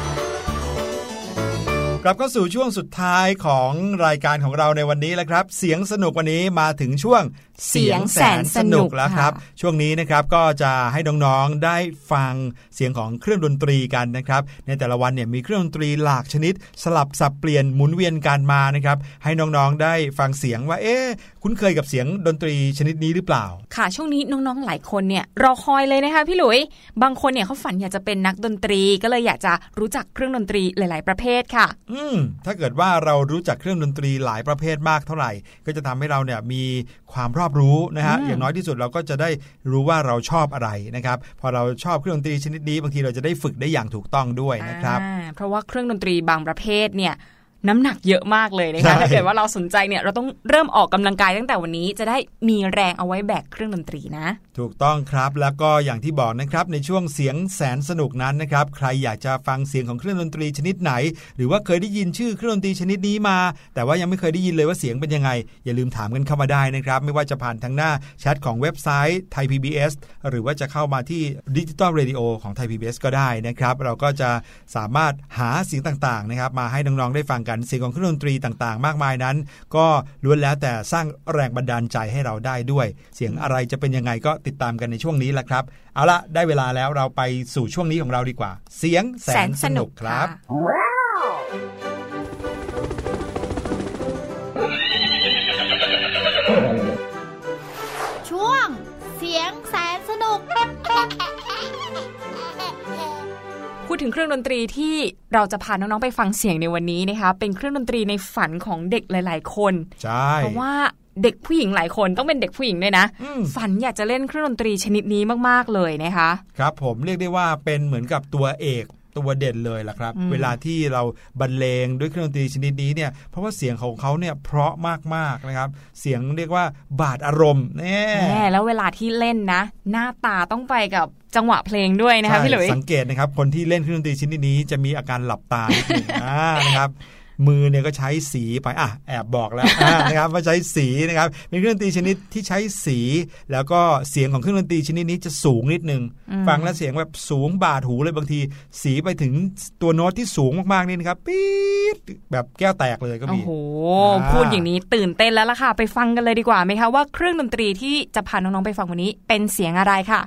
A: กลับเข้าสู่ช่วงสุดท้ายของรายการของเราในวันนี้แล้วครับเสียงสนุกวันนี้มาถึงช่วงเสียงแสนสนุกแล้วครับช่วงนี้นะครับก็จะให้น้องๆได้ฟังเสียงของเครื่องดนตรีกันนะครับในแต่ละวันเนี่ยมีเครื่องดนตรีหลากชนิดสลับสับเปลี่ยนหมุนเวียนกันมานะครับให้น้องๆได้ฟังเสียงว่าคุ้นเคยกับเสียงดนตรีชนิดนี้หรือเปล่า
C: ค่ะช่วงนี้น้องๆหลายคนเนี่ยรอคอยเลยนะคะพี่หลุยบางคนเนี่ยเขาฝันอยากจะเป็นนักดนตรีก็เลยอยากจะรู้จักเครื่องดนตรีหลายๆประเภทค่ะ
A: ถ้าเกิดว่าเรารู้จักเครื่องดนตรีหลายประเภทมากเท่าไหร่ก็จะทำให้เราเนี่ยมีความรอบรู้นะฮะอย่างน้อยที่สุดเราก็จะได้รู้ว่าเราชอบอะไรนะครับพอเราชอบเครื่องดนตรีชนิดนี้บางทีเราจะได้ฝึกได้อย่างถูกต้องด้วยนะครับ
C: เพราะว่าเครื่องดนตรีบางประเภทเนี่ยน้ำหนักเยอะมากเลยนะคะถ้าเกิดว่าเราสนใจเนี่ยเราต้องเริ่มออกกำลังกายตั้งแต่วันนี้จะได้มีแรงเอาไว้แบกเครื่องดนตรีนะ
A: ถูกต้องครับแล้วก็อย่างที่บอกนะครับในช่วงเสียงแสนสนุกนั้นนะครับใครอยากจะฟังเสียงของเครื่องดนตรีชนิดไหนหรือว่าเคยได้ยินชื่อเครื่องดนตรีชนิดนี้มาแต่ว่ายังไม่เคยได้ยินเลยว่าเสียงเป็นยังไงอย่าลืมถามกันเข้ามาได้นะครับไม่ว่าจะผ่านทางหน้าแชทของเว็บไซต์ Thai PBS หรือว่าจะเข้ามาที่ Digital Radio ของ Thai PBS ก็ได้นะครับเราก็จะสามารถหาเสียงต่างๆนะครับมาให้น้องๆได้ฟังกันเสียงของเครื่องดนตรีต่างๆมากมายนั้นก็ล้วนแล้วแต่สร้างแรงบันดาลใจให้เราได้ด้วยเสียงอะไรจะเป็นยังไงก็ติดตามกันในช่วงนี้แหละครับเอาละได้เวลาแล้วเราไปสู่ช่วงนี้ของเราดีกว่าเสียงแสนสนุกครับ
B: ช่วงเสียงแสนสนุก
C: พูดถึงเครื่องดนตรีที่เราจะพาน้องๆไปฟังเสียงในวันนี้นะคะเป็นเครื่องดนตรีในฝันของเด็กหลายๆคน
A: ใช่
C: เพราะว่าเด็กผู้หญิงหลายคนต้องเป็นเด็กผู้หญิงด้วยนะฝันอยากจะเล่นเครื่องดนตรีชนิดนี้มากๆเลยนะคะ
A: ครับผมเรียกได้ว่าเป็นเหมือนกับตัวเอกตัวเด่นเลยล่ะครับเวลาที่เราบรรเลงด้วยเครื่องดนตรีชนิดนี้เนี่ยเพราะว่าเสียงของเขาเนี่ยเพราะมากๆนะครับเสียงเรียกว่าบาดอารมณ์แน่
C: แล้วเวลาที่เล่นนะหน้าตาต้องไปกับจังหวะเพลงด้วยนะคะพี่หลุย
A: สังเกตนะครับคนที่เล่นเครื่องดนตรีชนิดนี้จะมีอาการหลับตานิดนึงนะครับมือเนี่ยก็ใช้สีไปแอบบอกแล้วนะครับว่าใช้สีนะครับเป็นเครื่องดนตรีชนิดที่ใช้สีแล้วก็เสียงของเครื่องดนตรีชนิดนี้จะสูงนิดนึงฟังแล้วเสียงแบบสูงบาดหูเลยบางทีสีไปถึงตัวโน้ตที่สูงมากๆนี่นะครับปี๊ดแบบแก้วแตกเลยก็มี
C: โอ้โหพูดอย่างนี้ตื่นเต้นแล้วล่ะค่ะไปฟังกันเลยดีกว่าไหมคะว่าเครื่องดนตรีที่จะพาน้องๆไปฟังวันนี้เป็นเสียงอะไรค่ะ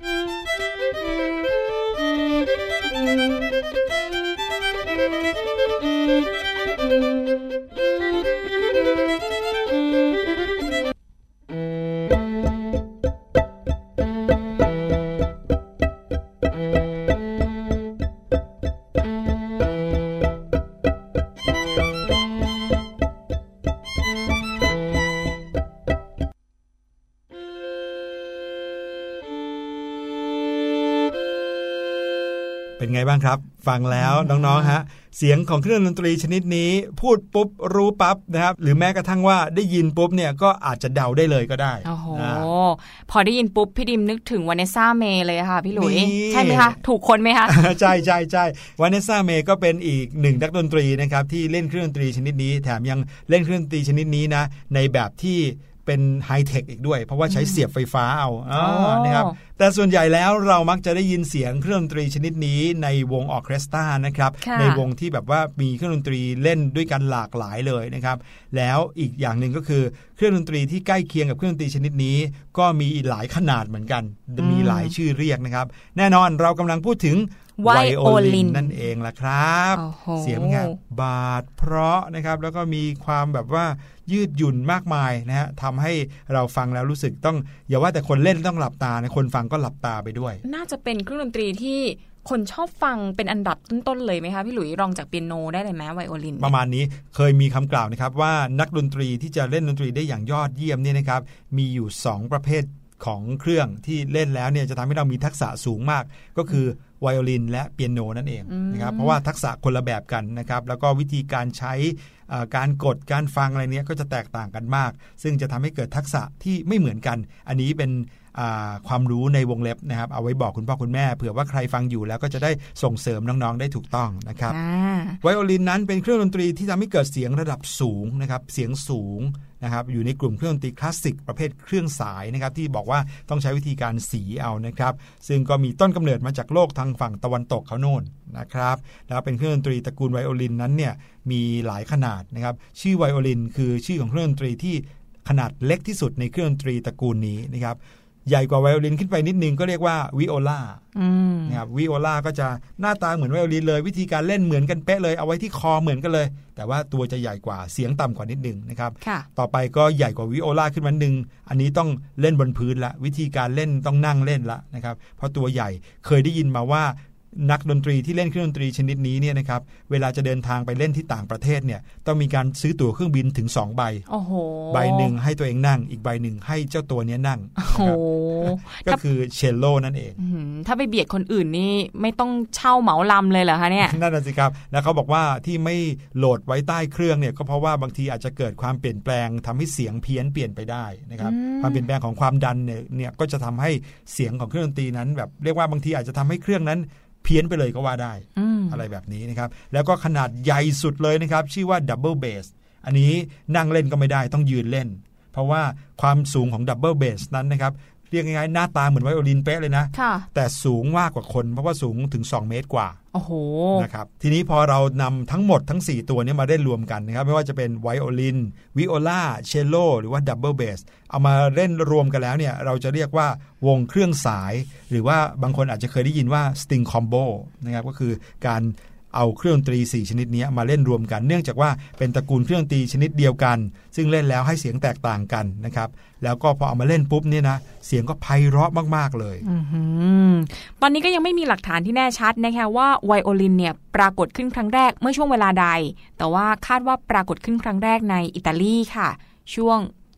A: เป็นไงบ้างครับฟังแล้วน้องๆฮะเสียงของเครื่องดนตรีชนิดนี้พูดปุ๊บรู้ปั๊บนะครับหรือแม้กระทั่งว่าได้ยินปุ๊บเนี่ยก็อาจจะเดาได้เลยก็ได้
C: โอ้โหพอได้ยินปุ๊บพี่ดิมนึกถึงวาเนสซ่าเมย์เลยค่ะพี่หลุยใช่ไหมคะถูกคนไหมคะ
A: ใช่ใช่ใช่วาเนสซ่าเมย์ก็เป็นอีกหนึ่งนักดนตรีนะครับที่เล่นเครื่องดนตรีชนิดนี้แถมยังเล่นเครื่องดนตรีชนิดนี้นะในแบบที่เป็นไฮเทคอีกด้วยเพราะว่าใช้เสียบไฟฟ้าเอานะครับแต่ส่วนใหญ่แล้วเรามักจะได้ยินเสียงเครื่องดนตรีชนิดนี้ในวงออร์เคสตรานะครับในวงที่แบบว่ามีเครื่องดนตรีเล่นด้วยกันหลากหลายเลยนะครับแล้วอีกอย่างหนึ่งก็คือเครื่องดนตรีที่ใกล้เคียงกับเครื่องดนตรีชนิดนี้ก็มีหลายขนาดเหมือนกันมีหลายชื่อเรียกนะครับแน่นอนเรากำลังพูดถึงไวโอลินนั่นเองล่ะครับเสียงไงบาดเพราะนะครับแล้วก็มีความแบบว่ายืดหยุ่นมากมายนะฮะทำให้เราฟังแล้วรู้สึกต้องอย่าว่าแต่คนเล่นต้องหลับตานะคนฟังก็หลับตาไปด้วย
C: น่าจะเป็นเครื่องดนตรีที่คนชอบฟังเป็นอันดับต้นๆเลยไหมคะพี่หลุยรองจากเปียโนได้เลยไหมไวโอลิน
A: ประมาณนี้เคยมีคำกล่าวนะครับว่านักดนตรีที่จะเล่นดนตรีได้อย่างยอดเยี่ยมเนี่ยนะครับมีอยู่2ประเภทของเครื่องที่เล่นแล้วเนี่ยจะทำให้เรามีทักษะสูงมากก็คือไวโอลินและเปียโนนั่นเองนะครับเพราะว่าทักษะคนละแบบกันนะครับแล้วก็วิธีการใช้การกดการฟังอะไรเนี้ยก็จะแตกต่างกันมากซึ่งจะทำให้เกิดทักษะที่ไม่เหมือนกันอันนี้เป็นความรู้ในวงเล็บนะครับเอาไว้บอกคุณพ่อคุณแม่เผื่อว่าใครฟังอยู่แล้วก็จะได้ส่งเสริมน้องๆได้ถูกต้องนะครับไวโอลินนั้นเป็นเครื่องดนตรีที่ทำให้เกิดเสียงระดับสูงนะครับเสียงสูงนะครับอยู่ในกลุ่มเครื่องดนตรีคลาสสิกประเภทเครื่องสายนะครับที่บอกว่าต้องใช้วิธีการสีเอานะครับซึ่งก็มีต้นกำเนิดมาจากโลกทางฝั่งตะวันตกเขาโน่นนะครับแล้วเป็นเครื่องดนตรีตระกูลไวโอลินนั้นเนี่ยมีหลายขนาดนะครับชื่อไวโอลินคือชื่อของเครื่องดนตรีที่ขนาดเล็กที่สุดในเครื่องดนตรีตระกูลนี้นะครับใหญ่กว่าไวโอลินขึ้นไปนิดนึงก็เรียกว่าวิโอลานะครับวิโอลาก็จะหน้าตาเหมือนไวโอลินเลยวิธีการเล่นเหมือนกันเป๊ะเลยเอาไว้ที่คอเหมือนกันเลยแต่ว่าตัวจะใหญ่กว่าเสียงต่ำกว่านิดนึงนะครับต่อไปก็ใหญ่กว่าวิโอลาขึ้นมานึงอันนี้ต้องเล่นบนพื้นละวิธีการเล่นต้องนั่งเล่นละนะครับเพราะตัวใหญ่เคยได้ยินมาว่านักดนตรีที่เล่นเครื่องดนตรีชนิดนี้เนี่ยนะครับเวลาจะเดินทางไปเล่นที่ต่างประเทศเนี่ยต้องมีการซื้อตั๋วเครื่องบินถึง2ใบใบหนึ่งให้ตัวเองนั่งอีกใบหนึ่งให้เจ้าตัวนี้นั่งก็คือเชลโลนั่นเอง
C: ถ้าไปเบียดคนอื่นนี่ไม่ต้องเช่าเหมาลำเลยเหรอคะเนี่ย
A: นั่นน่ะสิครับแล้วเขาบอกว่าที่ไม่โหลดไว้ใต้เครื่องเนี่ยก็เพราะว่าบางทีอาจจะเกิดความเปลี่ยนแปลงทำให้เสียงเพี้ยนเปลี่ยนไปได้นะครับความเปลี่ยนแปลงของความดันเนี่ยก็จะทำให้เสียงของเครื่องดนตรีนั้นแบบเรียกว่าบางทีอาจจะทำให้เครื่องนั้นเพี้ยนไปเลยก็ว่าได้อะไรแบบนี้นะครับแล้วก็ขนาดใหญ่สุดเลยนะครับชื่อว่าดับเบิลเบสอันนี้นั่งเล่นก็ไม่ได้ต้องยืนเล่นเพราะว่าความสูงของดับเบิลเบสนั้นนะครับเรียกง่ายๆหน้าตาเหมือนไวโอลินเป๊ะเลยนะแต่สูงมากกว่าคนเพราะว่าสูงถึง2เมตรกว่า
C: โอ้โห
A: นะครับทีนี้พอเรานำทั้งหมดทั้ง4ตัวนี้มาเล่นรวมกันนะครับไม่ว่าจะเป็นไวโอลินวิโอลาเชลโลหรือว่าดับเบิลเบสเอามาเล่นรวมกันแล้วเนี่ยเราจะเรียกว่าวงเครื่องสายหรือว่าบางคนอาจจะเคยได้ยินว่าสตริงคอมโบนะครับก็คือการเอาเครื่องดนตรี4ชนิดนี้มาเล่นรวมกันเนื่องจากว่าเป็นตระกูลเครื่องดนตรีชนิดเดียวกันซึ่งเล่นแล้วให้เสียงแตกต่างกันนะครับแล้วก็พอเอามาเล่นปุ๊บเนี่ยนะเสียงก็ไพเราะมากๆเลย
C: ตอนนี้ก็ยังไม่มีหลักฐานที่แน่ชัดนะคะว่าไวโอลินเนี่ยปรากฏขึ้นครั้งแรกเมื่อช่วงเวลาใดแต่ว่าคาดว่าปรากฏขึ้นครั้งแรกในอิตาลีค่ะช่วง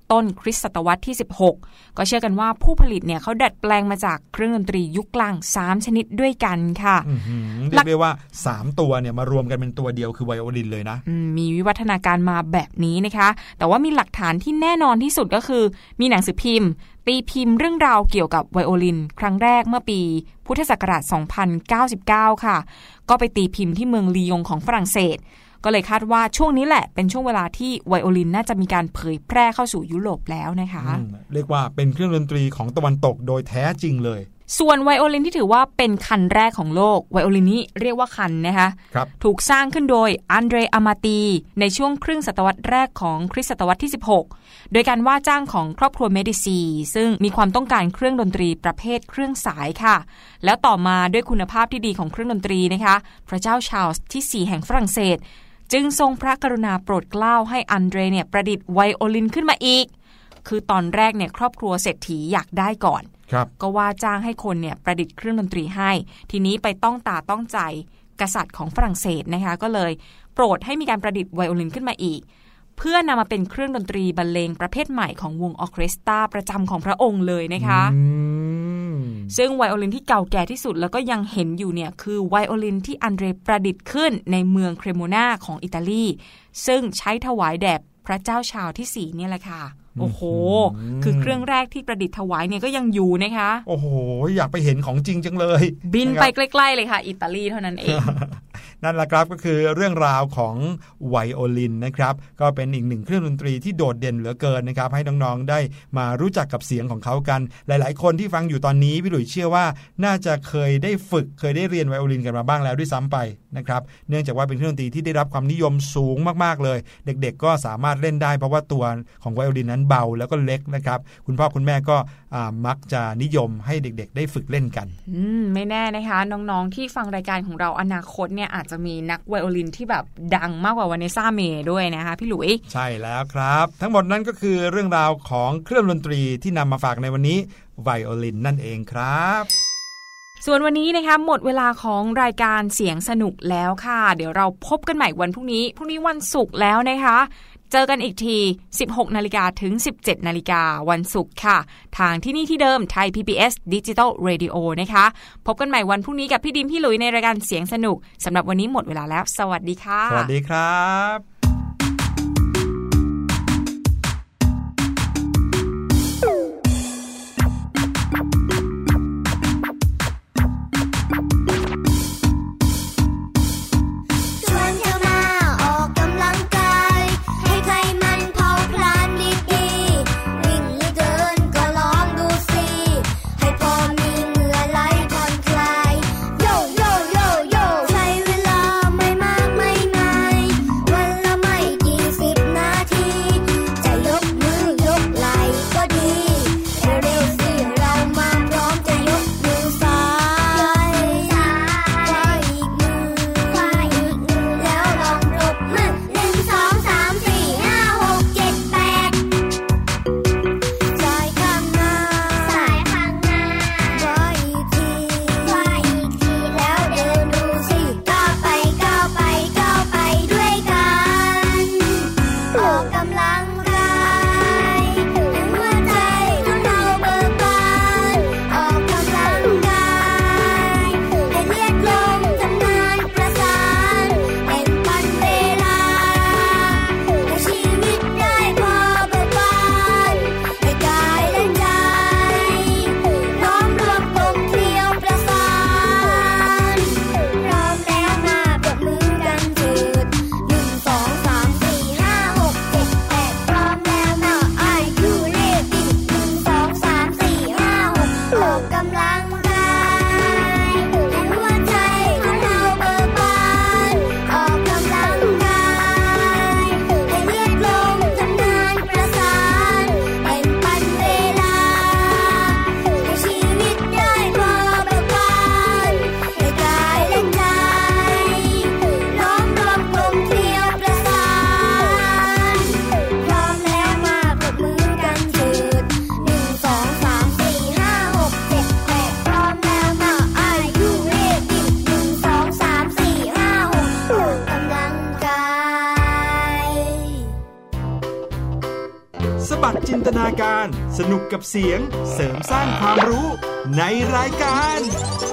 C: ต้นคริสตศตวรรษที่16ก็เชื่อกันว่าผู้ผลิตเนี่ยเขาดัดแปลงมาจากเครื่องดนตรียุคกลาง3ชนิดด้วยกันค่ะ
A: เรียกได้ว่า3ตัวเนี่ยมารวมกันเป็นตัวเดียวคือไวโอลินเลยนะ
C: มีวิวัฒนาการมาแบบนี้นะคะแต่ว่ามีหลักฐานที่แน่นอนที่สุดก็คือมีหนังสือพิมพ์ตีพิมพ์เรื่องราวเกี่ยวกับไวโอลินครั้งแรกเมื่อปีพุทธศักราช2099ค่ะก็ไปตีพิมพ์ที่เมืองลียงของฝรั่งเศสก็เลยคาดว่าช่วงนี้แหละเป็นช่วงเวลาที่ไวโอลินน่าจะมีการเผยแพร่เข้าสู่ยุโรปแล้วนะคะ
A: เรียกว่าเป็นเครื่องดนตรีของตะวันตกโดยแท้จริงเลย
C: ส่วนไวโอลินที่ถือว่าเป็นคันแรกของโลกไวโอลินนี้เรียกว่าคันนะคะถูกสร้างขึ้นโดยอันเดรอามาตีในช่วงครึ่งศตวรรษแรกของคริสตศตวรรษที่16โดยการว่าจ้างของครอบครัวเมดิซีซึ่งมีความต้องการเครื่องดนตรีประเภทเครื่องสายค่ะแล้วต่อมาด้วยคุณภาพที่ดีของเครื่องดนตรีนะคะพระเจ้าชาร์ลส์ที่4แห่งฝรั่งเศสจึงทรงพระกรุณาโปรดเกล้าให้อันเดรเนี่ยประดิษฐ์ไวโอลินขึ้นมาอีกคือตอนแรกเนี่ยครอบครัวเศรษฐีอยากได้ก่อนก็ว่าจ้างให้คนเนี่ยประดิษฐ์เครื่องดนตรีให้ทีนี้ไปต้องตาต้องใจกษัตริย์ของฝรั่งเศสนะคะก็เลยโปรดให้มีการประดิษฐ์ไวโอลินขึ้นมาอีกเพื่อนำมาเป็นเครื่องดนตรีบรรเลงประเภทใหม่ของวงออร์เคสตราประจำของพระองค์เลยนะคะซึ่งไวโอลินที่เก่าแก่ที่สุดแล้วก็ยังเห็นอยู่เนี่ยคือไวโอลินที่อันเดรประดิษฐ์ขึ้นในเมืองเครโมนาของอิตาลีซึ่งใช้ถวายแด่พระเจ้าชาร์ลส์ที่4เนี่ยแหละค่ะโอ้โหคือเครื่องแรกที่ประดิษฐ์ถวายเนี่ยก็ยังอยู่นะคะ
A: โอ้โหอยากไปเห็นของจริงจังเลย
C: บินไปใกล้ๆเลยค่ะอิตาลีเท่านั้นเอง
A: นั่นแหละครับก็คือเรื่องราวของไวโอลินนะครับก็เป็นอีกหนึ่งเครื่องดนตรีที่โดดเด่นเหลือเกินนะครับให้น้องๆได้มารู้จักกับเสียงของเขากันหลายๆคนที่ฟังอยู่ตอนนี้พี่หลุยเชื่อว่าน่าจะเคยได้ฝึกเคยได้เรียนไวโอลินกันมาบ้างแล้วด้วยซ้ำไปนะครับเนื่องจากว่าเป็นเครื่องดนตรีที่ได้รับความนิยมสูงมากๆเลยเด็กๆก็สามารถเล่นได้เพราะว่าตัวของไวโอลินนั้นเบาแล้วก็เล็กนะครับคุณพ่อคุณแม่ก็มักจะนิยมให้เด็กๆได้ฝึกเล่นกัน
C: ไม่แน่นะคะน้องๆที่ฟังรายการของเราอนาคตเนี่ยอาจจะมีนักไวโอลินที่แบบดังมากกว่าวาเนซ่าเมย์ด้วยนะคะพี่หลุย
A: ใช่แล้วครับทั้งหมดนั้นก็คือเรื่องราวของเครื่องดนตรีที่นำมาฝากในวันนี้ไวโอลินนั่นเองครับ
C: ส่วนวันนี้นะคะหมดเวลาของรายการเสียงสนุกแล้วค่ะเดี๋ยวเราพบกันใหม่วันพรุ่งนี้วันศุกร์แล้วนะคะเจอกันอีกที 16 นาฬิกาถึง 17 นาฬิกาวันศุกร์ค่ะทางที่นี่ที่เดิมไทย PBS Digital Radio นะคะพบกันใหม่วันพรุ่งนี้กับพี่ดิมพี่หลุยในรายการเสียงสนุกสำหรับวันนี้หมดเวลาแล้วสวัสดีค่ะ
A: สวัสดีครับ
B: ว
A: บัดจินตนาการสนุกกับเสียงเสริมสร้างความรู้ในรายการ